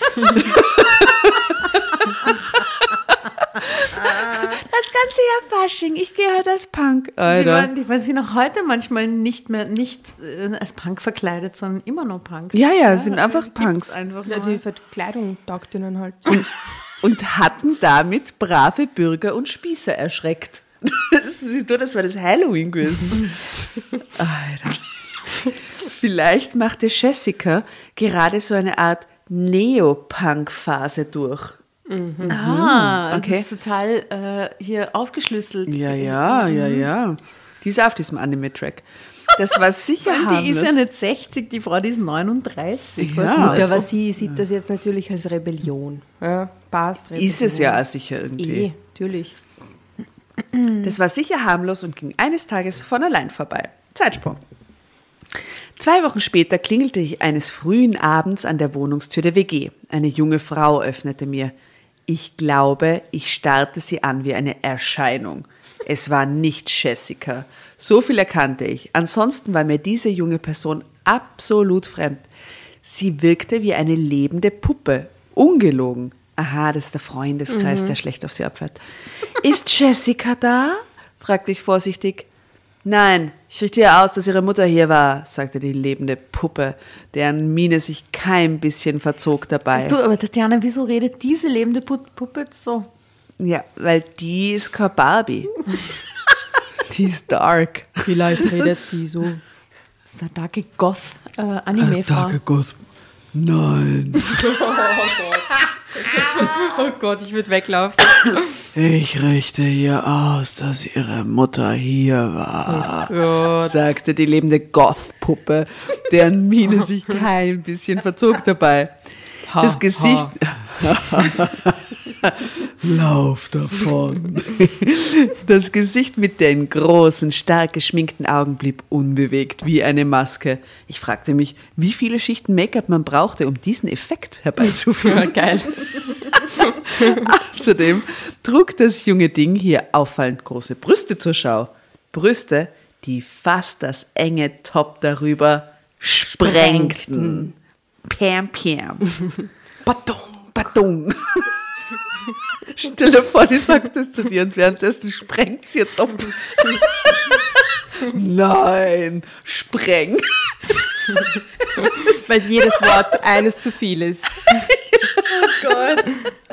Das ganze Jahr Fasching. Ich gehe halt als Punk. Die sind auch heute manchmal nicht als Punk verkleidet, sondern immer noch Punks. Ja, sind einfach Gibt's Punks. einfach Ja, noch. die Verkleidung taugt ihnen halt. Und hatten damit brave Bürger und Spießer erschreckt. Das war das Halloween gewesen. Alter. Vielleicht machte Jessica gerade so eine Art Neopunk-Phase durch. Okay. Okay. Das ist total hier aufgeschlüsselt. Ja. Die ist auf diesem Anime-Track. Das war sicher Die ist harmlos. ja nicht 60, die Frau, die ist 39. Ja. Was Gut, ist aber das? sie sieht das jetzt natürlich als Rebellion. Ja, passt, Rebellion. Ist es ja auch sicher irgendwie. Natürlich. Das war sicher harmlos und ging eines Tages von allein vorbei. Zeitsprung. 2 Wochen später klingelte ich eines frühen Abends an der Wohnungstür der WG. Eine junge Frau öffnete mir. Ich glaube, ich starrte sie an wie eine Erscheinung. Es war nicht Jessica. So viel erkannte ich. Ansonsten war mir diese junge Person absolut fremd. Sie wirkte wie eine lebende Puppe. Ungelogen. Aha, das ist der Freundeskreis, der schlecht auf sie abfährt. Ist Jessica da? Fragte ich vorsichtig. Nein, ich richte ihr aus, dass ihre Mutter hier war, sagte die lebende Puppe, deren Miene sich kein bisschen verzog dabei. Du, aber Tatjana, wieso redet diese lebende Puppe jetzt so? Ja, weil die ist keine Barbie. Die ist dark. Vielleicht redet sie so. Das ist eine darke Goth-Anime-Frau. Guss. Nein. Oh Gott, ich würde weglaufen. Ich richte hier aus, dass ihre Mutter hier war. Sagte die lebende Goth-Puppe, deren Miene sich kein bisschen verzog dabei. Das Gesicht... Lauf davon. Das Gesicht mit den großen, stark geschminkten Augen blieb unbewegt, wie eine Maske. Ich fragte mich, wie viele Schichten Make-up man brauchte, um diesen Effekt herbeizuführen. Geil. Außerdem trug das junge Ding hier auffallend große Brüste zur Schau. Brüste, die fast das enge Top darüber sprengten. Pam, pam. Badum. Stell dir vor, die sagt das zu dir und währenddessen sprengt sie ihr Top. Nein, spreng. Weil jedes Wort eines zu viel ist. Oh Gott.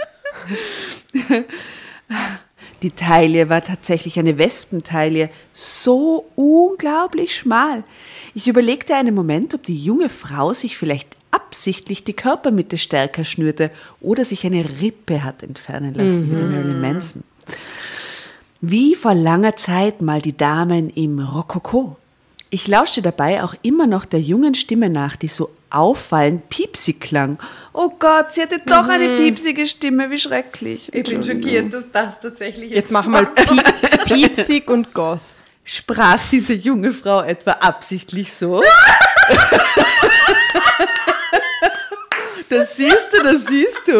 Die Taille war tatsächlich eine Wespentaille, so unglaublich schmal. Ich überlegte einen Moment, ob die junge Frau sich vielleicht absichtlich die Körpermitte stärker schnürte oder sich eine Rippe hat entfernen lassen, wie Marilyn Manson. Wie vor langer Zeit mal die Damen im Rokoko. Ich lauschte dabei auch immer noch der jungen Stimme nach, die so auffallend piepsig klang. Oh Gott, sie hatte doch eine piepsige Stimme, wie schrecklich. Ich bin schockiert, dass das tatsächlich Jetzt machen wir mal Piepsig und Goth. Sprach diese junge Frau etwa absichtlich so? Das siehst du. Das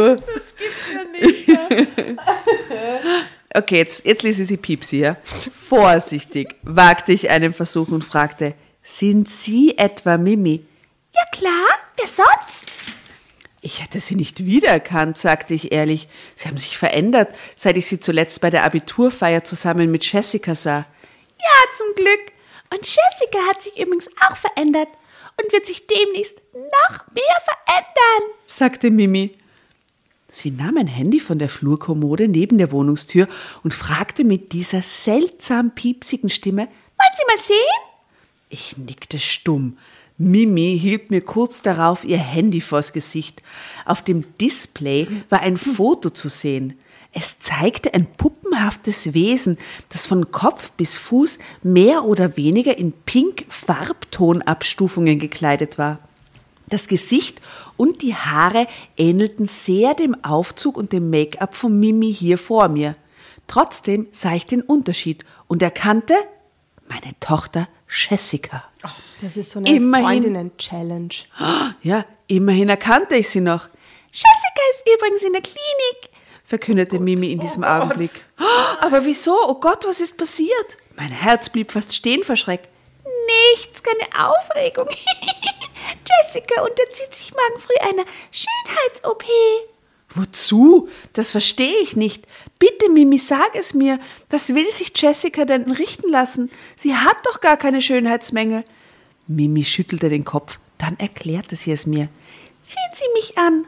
gibt's ja nicht. Okay, jetzt ließ sie Piepsi, ja. Vorsichtig wagte ich einen Versuch und fragte, sind Sie etwa Mimi? Ja klar, wer sonst? Ich hätte Sie nicht wiedererkannt, sagte ich ehrlich. Sie haben sich verändert, seit ich Sie zuletzt bei der Abiturfeier zusammen mit Jessica sah. Ja, zum Glück. Und Jessica hat sich übrigens auch verändert und wird sich demnächst noch mehr verändern, sagte Mimi. Sie nahm ein Handy von der Flurkommode neben der Wohnungstür und fragte mit dieser seltsam piepsigen Stimme, wollen Sie mal sehen? Ich nickte stumm. Mimi hielt mir kurz darauf ihr Handy vors Gesicht. Auf dem Display war ein Foto zu sehen. Es zeigte ein puppenhaftes Wesen, das von Kopf bis Fuß mehr oder weniger in Pink-Farbtonabstufungen gekleidet war. Das Gesicht und die Haare ähnelten sehr dem Aufzug und dem Make-up von Mimi hier vor mir. Trotzdem sah ich den Unterschied und erkannte meine Tochter Jessica. Das ist so eine Freundinnen-Challenge. Ja, immerhin erkannte ich sie noch. Jessica ist übrigens in der Klinik, verkündete Mimi in diesem Augenblick. Aber wieso? Oh Gott, was ist passiert? Mein Herz blieb fast stehen vor Schreck. Nichts, keine Aufregung. Jessica unterzieht sich morgen früh einer Schönheits-OP. Wozu? Das verstehe ich nicht. Bitte, Mimi, sag es mir. Was will sich Jessica denn richten lassen? Sie hat doch gar keine Schönheitsmängel. Mimi schüttelte den Kopf. Dann erklärte sie es mir. Sehen Sie mich an.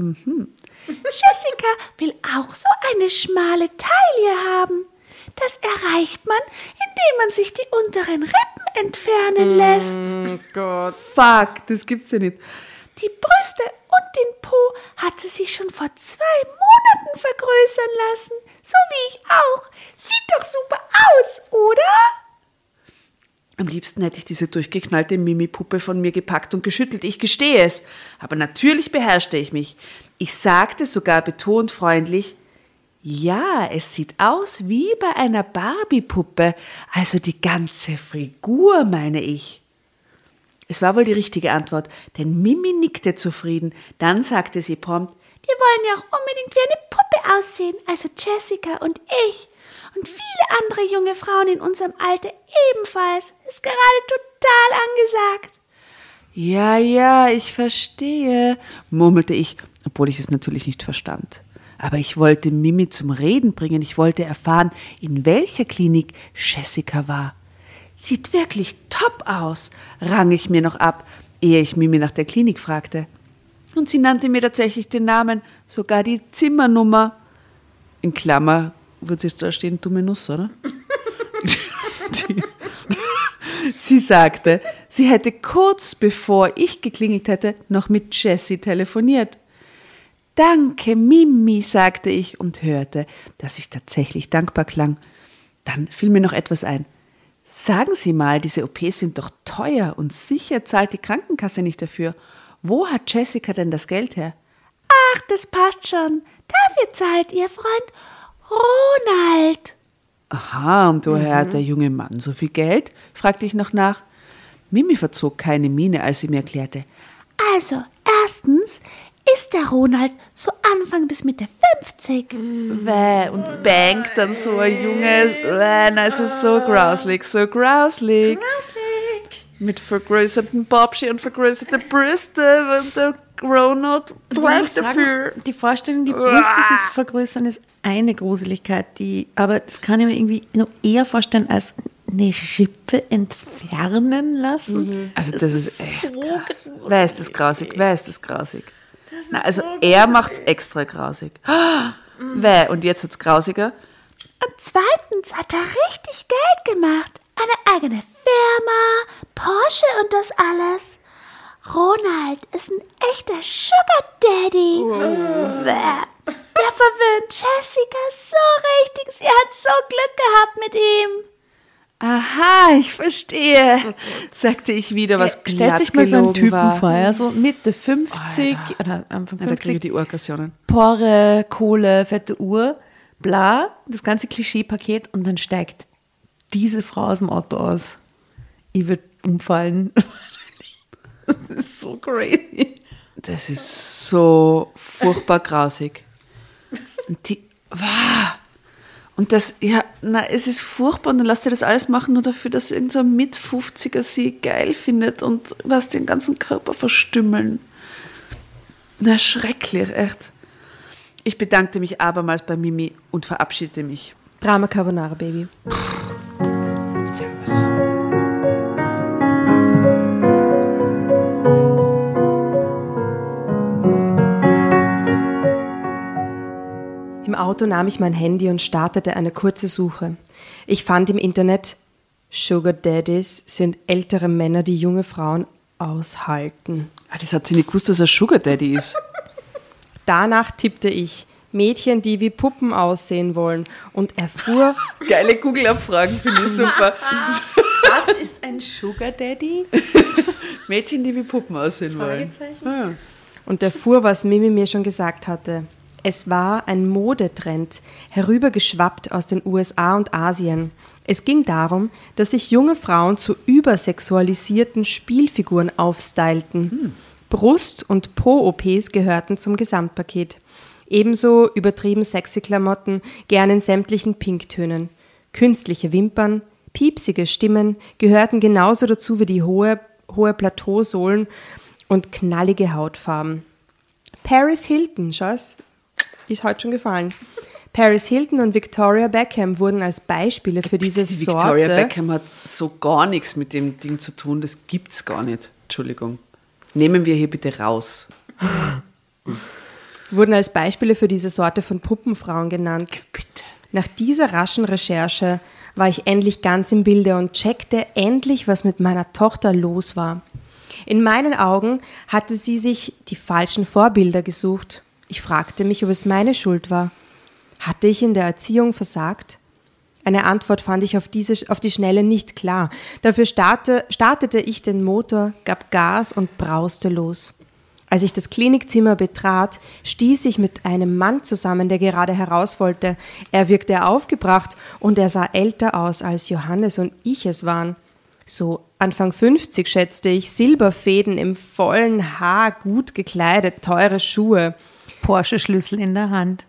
Jessica will auch so eine schmale Taille haben. Das erreicht man, indem man sich die unteren Rippen entfernen lässt. Gott. Fuck, das gibt's ja nicht. Die Brüste und den Po hat sie sich schon vor 2 Monaten vergrößern lassen. So wie ich auch. Sieht doch super aus, oder? Am liebsten hätte ich diese durchgeknallte Mimi-Puppe von mir gepackt und geschüttelt. Ich gestehe es. Aber natürlich beherrschte ich mich. Ich sagte sogar betont freundlich, ja, es sieht aus wie bei einer Barbie-Puppe, also die ganze Figur, meine ich. Es war wohl die richtige Antwort, denn Mimi nickte zufrieden. Dann sagte sie prompt, wir wollen ja auch unbedingt wie eine Puppe aussehen, also Jessica und ich. Und viele andere junge Frauen in unserem Alter ebenfalls. Ist gerade total angesagt. Ja, ich verstehe, murmelte ich, obwohl ich es natürlich nicht verstand. Aber ich wollte Mimi zum Reden bringen. Ich wollte erfahren, in welcher Klinik Jessica war. Sieht wirklich top aus, rang ich mir noch ab, ehe ich Mimi nach der Klinik fragte. Und sie nannte mir tatsächlich den Namen, sogar die Zimmernummer. In Klammer wird da stehen, dumme Nuss, oder? Sie sagte, sie hätte kurz bevor ich geklingelt hätte, noch mit Jessie telefoniert. Danke, Mimi, sagte ich und hörte, dass ich tatsächlich dankbar klang. Dann fiel mir noch etwas ein. Sagen Sie mal, diese OPs sind doch teuer und sicher zahlt die Krankenkasse nicht dafür. Wo hat Jessica denn das Geld her? Ach, das passt schon. Dafür zahlt Ihr Freund Ronald. Aha, und woher hat der junge Mann so viel Geld? Fragte ich noch nach. Mimi verzog keine Miene, als sie mir erklärte. Also, erstens ist der Ronald so Anfang bis Mitte 50. Und bangt dann so ein Junge. Nein, also so grauslig. Mit vergrößerten Bobschi und vergrößerte Brüste und der Ronald braucht dafür. Die Vorstellung, die Brüste sich zu vergrößern, ist eine Gruseligkeit, aber das kann ich mir irgendwie noch eher vorstellen als eine Rippe entfernen lassen? Also das ist echt krass. Wer ist das grausig? Na, also er macht's extra grausig. Wer? Und jetzt wird's grausiger. Und zweitens hat er richtig Geld gemacht. Eine eigene Firma, Porsche und das alles. Ronald ist ein echter Sugar Daddy. Der verwöhnt Jessica so richtig. Sie hat so Glück gehabt mit ihm. Aha, ich verstehe, sagte ich wieder, was Stellt sich mal so einen Typen war. vor, ja, so Mitte 50 oder Anfang Na, da kriege 50, ich die Ohrkassionen. Porre, Kohle, fette Uhr, bla, das ganze Klischeepaket und dann steigt diese Frau aus dem Auto aus. Ich würde umfallen. Das ist so crazy. Das ist so furchtbar grausig. Und das, ja, na, es ist furchtbar und dann lasst ihr das alles machen, nur dafür, dass irgend so ein Mit-50er sie geil findet und lasst den ganzen Körper verstümmeln. Na, schrecklich, echt. Ich bedankte mich abermals bei Mimi und verabschiedete mich. Drama Carbonara, Baby. Servus. Im Auto nahm ich mein Handy und startete eine kurze Suche. Ich fand im Internet, Sugar Daddies sind ältere Männer, die junge Frauen aushalten. Ah, das hat sie nicht gewusst, dass er Sugar Daddy ist. Danach tippte ich Mädchen, die wie Puppen aussehen wollen und erfuhr, Geile Google-Abfragen, finde ich super. Was ist ein Sugar Daddy? Mädchen, die wie Puppen aussehen wollen. und erfuhr, was Mimi mir schon gesagt hatte. Es war ein Modetrend, herübergeschwappt aus den USA und Asien. Es ging darum, dass sich junge Frauen zu übersexualisierten Spielfiguren aufstylten. Brust- und Po-OPs gehörten zum Gesamtpaket. Ebenso übertrieben sexy Klamotten, gern in sämtlichen Pinktönen. Künstliche Wimpern, piepsige Stimmen gehörten genauso dazu wie die hohe Plateausohlen und knallige Hautfarben. Paris Hilton, schau's, ist heute schon gefallen. Paris Hilton und Victoria Beckham wurden als Beispiele für diese Die Sorte. Victoria Beckham hat so gar nichts mit dem Ding zu tun, das gibt's gar nicht. Entschuldigung. Nehmen wir hier bitte raus. Wurden als Beispiele für diese Sorte von Puppenfrauen genannt. Bitte. Nach dieser raschen Recherche war ich endlich ganz im Bilde und checkte endlich, was mit meiner Tochter los war. In meinen Augen hatte sie sich die falschen Vorbilder gesucht. Ich fragte mich, ob es meine Schuld war. Hatte ich in der Erziehung versagt? Eine Antwort fand ich auf die Schnelle nicht klar. Dafür startete ich den Motor, gab Gas und brauste los. Als ich das Klinikzimmer betrat, stieß ich mit einem Mann zusammen, der gerade heraus wollte. Er wirkte aufgebracht und er sah älter aus, als Johannes und ich es waren. So Anfang 50 schätzte ich, Silberfäden im vollen Haar, gut gekleidet, teure Schuhe. Porsche-Schlüssel in der Hand.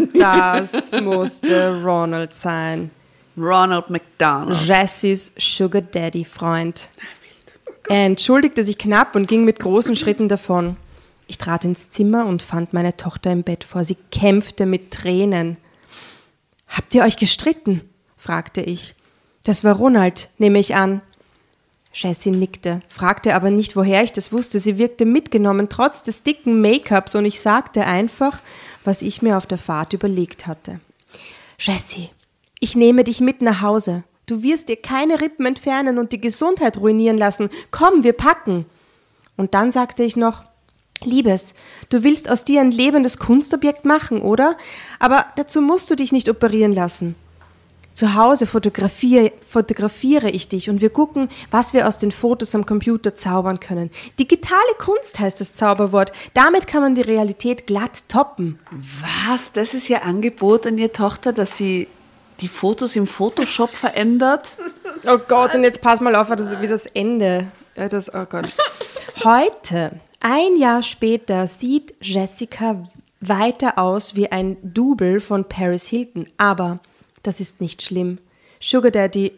Das musste Ronald sein. Ronald McDonald. Jessys Sugar Daddy Freund. Er entschuldigte sich knapp und ging mit großen Schritten davon. Ich trat ins Zimmer und fand meine Tochter im Bett vor. Sie kämpfte mit Tränen. »Habt ihr euch gestritten?« fragte ich. »Das war Ronald, nehme ich an.« Jessie nickte, fragte aber nicht, woher ich das wusste. Sie wirkte mitgenommen, trotz des dicken Make-ups, und ich sagte einfach, was ich mir auf der Fahrt überlegt hatte. »Jessie, ich nehme dich mit nach Hause. Du wirst dir keine Rippen entfernen und die Gesundheit ruinieren lassen. Komm, wir packen.« Und dann sagte ich noch, »Liebes, du willst aus dir ein lebendes Kunstobjekt machen, oder? Aber dazu musst du dich nicht operieren lassen. Zu Hause fotografiere ich dich und wir gucken, was wir aus den Fotos am Computer zaubern können. Digitale Kunst heißt das Zauberwort. Damit kann man die Realität glatt toppen.« Was? Das ist ihr Angebot an ihre Tochter, dass sie die Fotos im Photoshop verändert? Oh Gott, und jetzt pass mal auf, wie das Ende. Oh Gott. Heute, ein Jahr später, sieht Jessica weiter aus wie ein Double von Paris Hilton. Aber das ist nicht schlimm. Sugar Daddy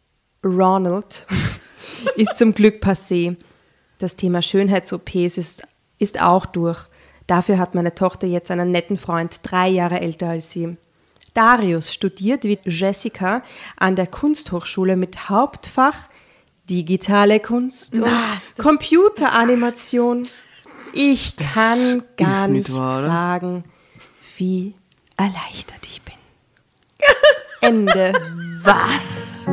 Ronald ist zum Glück passé. Das Thema Schönheits-OPs ist auch durch. Dafür hat meine Tochter jetzt einen netten Freund, 3 Jahre älter als sie. Darius studiert wie Jessica an der Kunsthochschule mit Hauptfach digitale Kunst und Computeranimation. Ich kann gar nicht sagen, wie erleichtert ich bin. Ende. Was?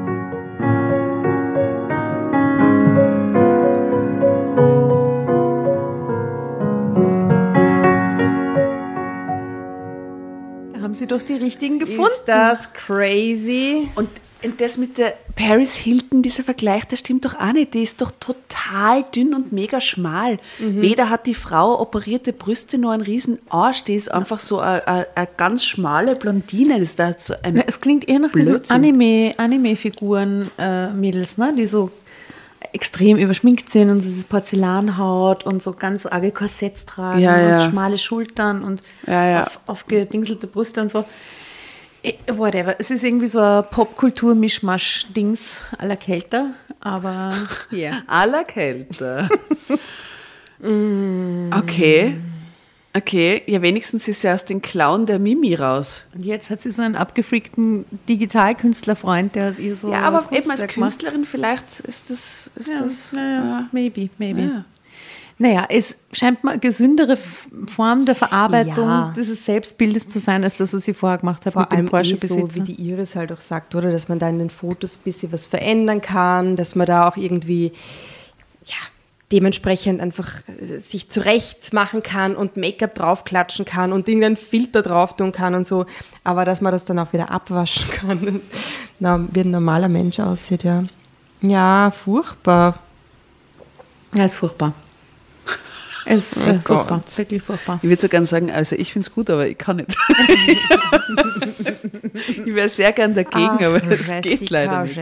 Haben Sie doch die richtigen gefunden. Ist das crazy? Und das mit der Paris Hilton, dieser Vergleich, das stimmt doch auch nicht. Die ist doch total dünn und mega schmal. Weder hat die Frau operierte Brüste noch einen riesen Arsch. Die ist einfach so eine ganz schmale Blondine. Das ist da so ein Es klingt eher nach diesen Anime-Figuren, Mädels, ne? Die so extrem überschminkt sind und so diese Porzellanhaut und so ganz arge Korsetts tragen und so schmale Schultern und aufgedingselte Brüste und so. Whatever. Es ist irgendwie so ein Popkultur-Mischmasch-Dings à la Kelter, aber yeah. À la Kelter. Okay. Okay, ja, wenigstens ist sie aus den Klauen der Mimi raus. Und jetzt hat sie so einen abgefreakten Digitalkünstlerfreund, der aus ihr so. Ja, aber eben als Künstlerin vielleicht ist das. Maybe. Ja. Naja, es scheint mir eine gesündere Form der Verarbeitung dieses Selbstbildes zu sein, als das, was sie vorher gemacht hat mit dem Porsche-Besitzer. So wie die Iris halt auch sagt, oder? Dass man da in den Fotos ein bisschen was verändern kann, dass man da auch irgendwie dementsprechend einfach sich zurecht machen kann und Make-up draufklatschen kann und irgendeinen Filter drauf tun kann und so. Aber dass man das dann auch wieder abwaschen kann, wie ein normaler Mensch aussieht, ja. Ja, furchtbar. Ja, ist furchtbar. Es ist furchtbar, wirklich furchtbar. Ich würde so gerne sagen, also ich finde es gut, aber ich kann nicht. Ich wäre sehr gern dagegen, aber es geht leider nicht.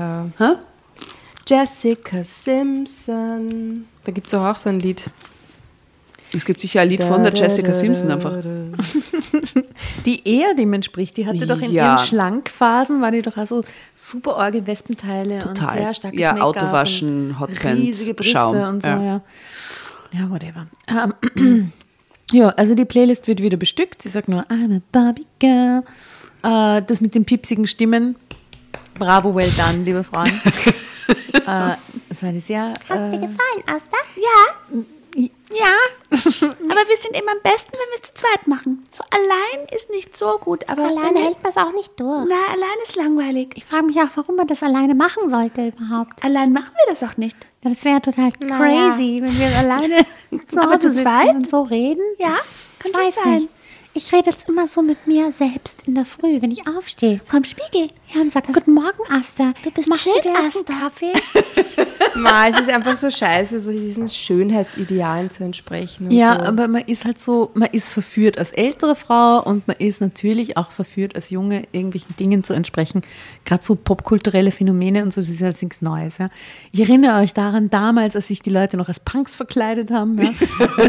Jessica Simpson. Da gibt es auch so ein Lied. Es gibt sicher ein Lied von der Jessica Simpson einfach. Die eher dem entspricht. Die hatte doch in ihren Schlankphasen, war die doch auch so super arge Wespenteile und sehr starkes Make-up. Autowaschen, Hotpants, riesige Brüste Schaum. Und so, ja, whatever. Ja, also die Playlist wird wieder bestückt. Sie sagt nur, I'm a Barbie Girl. Das mit den piepsigen Stimmen. Bravo, well done, liebe Frauen. Das war eine sehr... Hat's dir gefallen, Asta? Ja, aber wir sind immer am besten, wenn wir es zu zweit machen. So allein ist nicht so gut, aber Alleine hält man es auch nicht durch. Na, allein ist langweilig. Ich frage mich auch, warum man das alleine machen sollte überhaupt. Allein machen wir das auch nicht. Ja, das wäre total crazy, wenn wir alleine zu Aber Hause zu sitzen zweit? und so reden. Ja, kann Ich weiß schon sein. nicht. Ich rede jetzt immer so mit mir selbst in der Früh, wenn ich aufstehe. Vom Spiegel. Ja, und sage, guten Morgen, Asta. Du bist Machst schön, du dir jetzt Asta. einen Kaffee? Es ist einfach so scheiße, so diesen Schönheitsidealen zu entsprechen. Und Ja, so. aber man ist halt so, man ist verführt als ältere Frau und man ist natürlich auch verführt als Junge, irgendwelchen Dingen zu entsprechen. Gerade so popkulturelle Phänomene und so, das ist ja nichts Neues. Ja. Ich erinnere euch daran, damals, als sich die Leute noch als Punks verkleidet haben. Ja.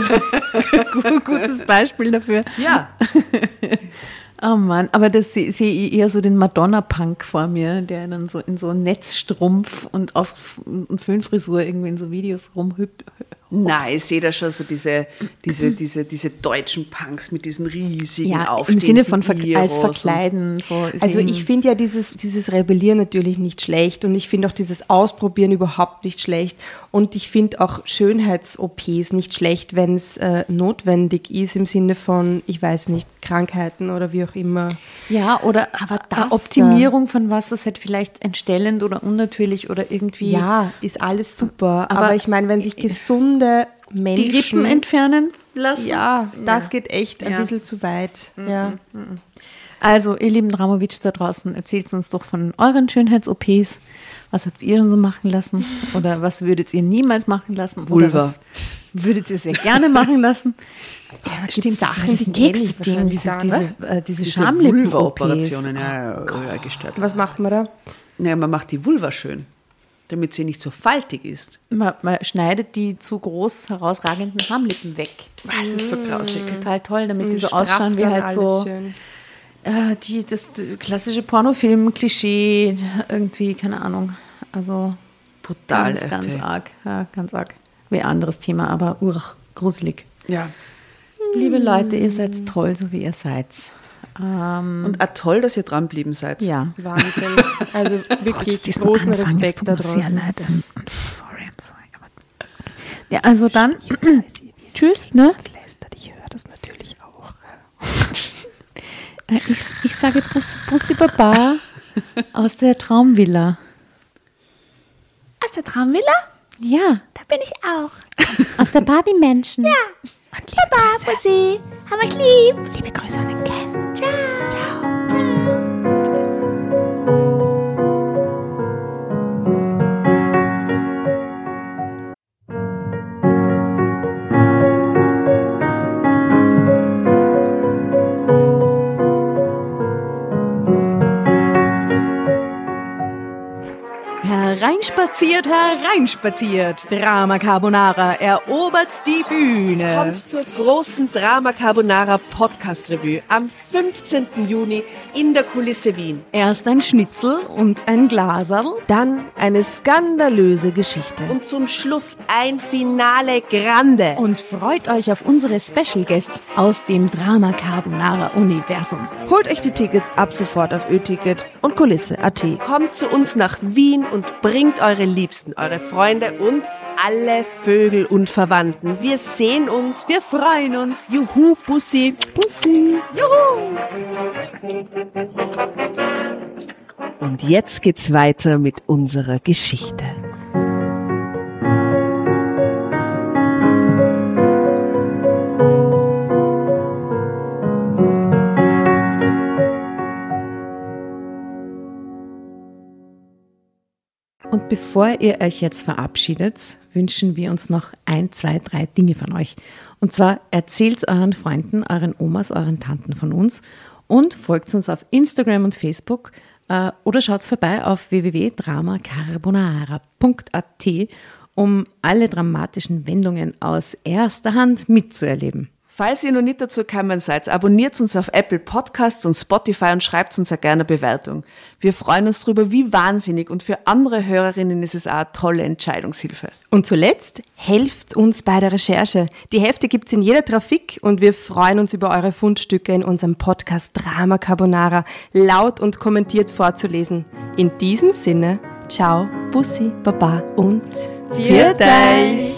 Gutes Beispiel dafür. Ja. Oh Mann, aber das sehe ich eher so den Madonna-Punk vor mir, der dann so in so Netzstrumpf und Föhnfrisur irgendwie in so Videos rumhüpft. Nein, ich sehe da schon so diese deutschen Punks mit diesen riesigen Ja, im aufstehenden Sinne von Iros als Verkleiden. So Also ich finde ja dieses Rebellieren natürlich nicht schlecht und ich finde auch dieses Ausprobieren überhaupt nicht schlecht und ich finde auch Schönheits-OPs nicht schlecht, wenn es notwendig ist im Sinne von, ich weiß nicht, Krankheiten oder wie auch immer. Ja, oder Aber eine das Optimierung von was halt vielleicht entstellend oder unnatürlich oder irgendwie Ja, ist alles super, aber ich meine, wenn sich gesunde die Menschen... Rippen entfernen lassen. Ja, das geht echt ein Ja. bisschen zu weit. Ja. Also, ihr lieben Dramovic da draußen, erzählt uns doch von euren Schönheits-OPs. Was habt ihr schon so machen lassen? Oder was würdet ihr niemals machen lassen? Vulva. Oder was würdet ihr sehr gerne machen lassen? Ja, stimmt, Sachen, die die ähnlich nächste Ding, wahrscheinlich diese Diese Schamlippen-OPs. Vulva-Operationen, ja, gestört. Was macht man da? Ja, man macht die Vulva schön, damit sie nicht so faltig ist. Man schneidet die zu groß herausragenden Schamlippen weg. Das ist so grausig. Total toll, damit die so Strafft ausschauen wie dann halt alles so schön. das klassische Pornofilm-Klischee, irgendwie, keine Ahnung. Also Brutal, ganz FT. arg. Ja, ganz arg. Wäre ein anderes Thema, aber gruselig. Ja. Liebe Leute, ihr seid toll, so wie ihr seid. Und auch toll, dass ihr dran geblieben seid. Ja. Wahnsinn. Also wirklich großen Respekt da draußen. I'm so sorry. Ja, also dann, tschüss, ne? Ich höre das natürlich auch. Ich sage Bussi Baba aus der Traumvilla. Aus der Traumvilla? Ja, Da bin ich auch. aus der Barbie-Menschen. Ja. Und liebe Baba, Grüße. Bussi. Hab euch lieb. Liebe Grüße an den Ken. Ciao. Ciao. Hereinspaziert. Drama Carbonara erobert die Bühne. Kommt zur großen Drama Carbonara Podcast Revue am 15. Juni in der Kulisse Wien. Erst ein Schnitzel und ein Glaserl. Dann eine skandalöse Geschichte. Und zum Schluss ein Finale Grande. Und freut euch auf unsere Special Guests aus dem Drama Carbonara Universum. Holt euch die Tickets ab sofort auf Ö-Ticket und Kulisse.at. Kommt zu uns nach Wien und bringt eure Liebsten, eure Freunde und alle Vögel und Verwandten. Wir sehen uns. Wir freuen uns. Juhu, Bussi. Bussi. Juhu! Und jetzt geht's weiter mit unserer Geschichte. Und bevor ihr euch jetzt verabschiedet, wünschen wir uns noch 1, 2, 3 Dinge von euch. Und zwar erzählt euren Freunden, euren Omas, euren Tanten von uns und folgt uns auf Instagram und Facebook oder schaut vorbei auf www.dramacarbonara.at, um alle dramatischen Wendungen aus erster Hand mitzuerleben. Falls ihr noch nicht dazu gekommen seid, abonniert uns auf Apple Podcasts und Spotify und schreibt uns auch gerne eine Bewertung. Wir freuen uns darüber wie wahnsinnig und für andere Hörerinnen ist es auch eine tolle Entscheidungshilfe. Und zuletzt, helft uns bei der Recherche. Die Hefte gibt's in jeder Trafik und wir freuen uns über eure Fundstücke in unserem Podcast Drama Carbonara laut und kommentiert vorzulesen. In diesem Sinne, ciao, Bussi, Baba und Viert euch!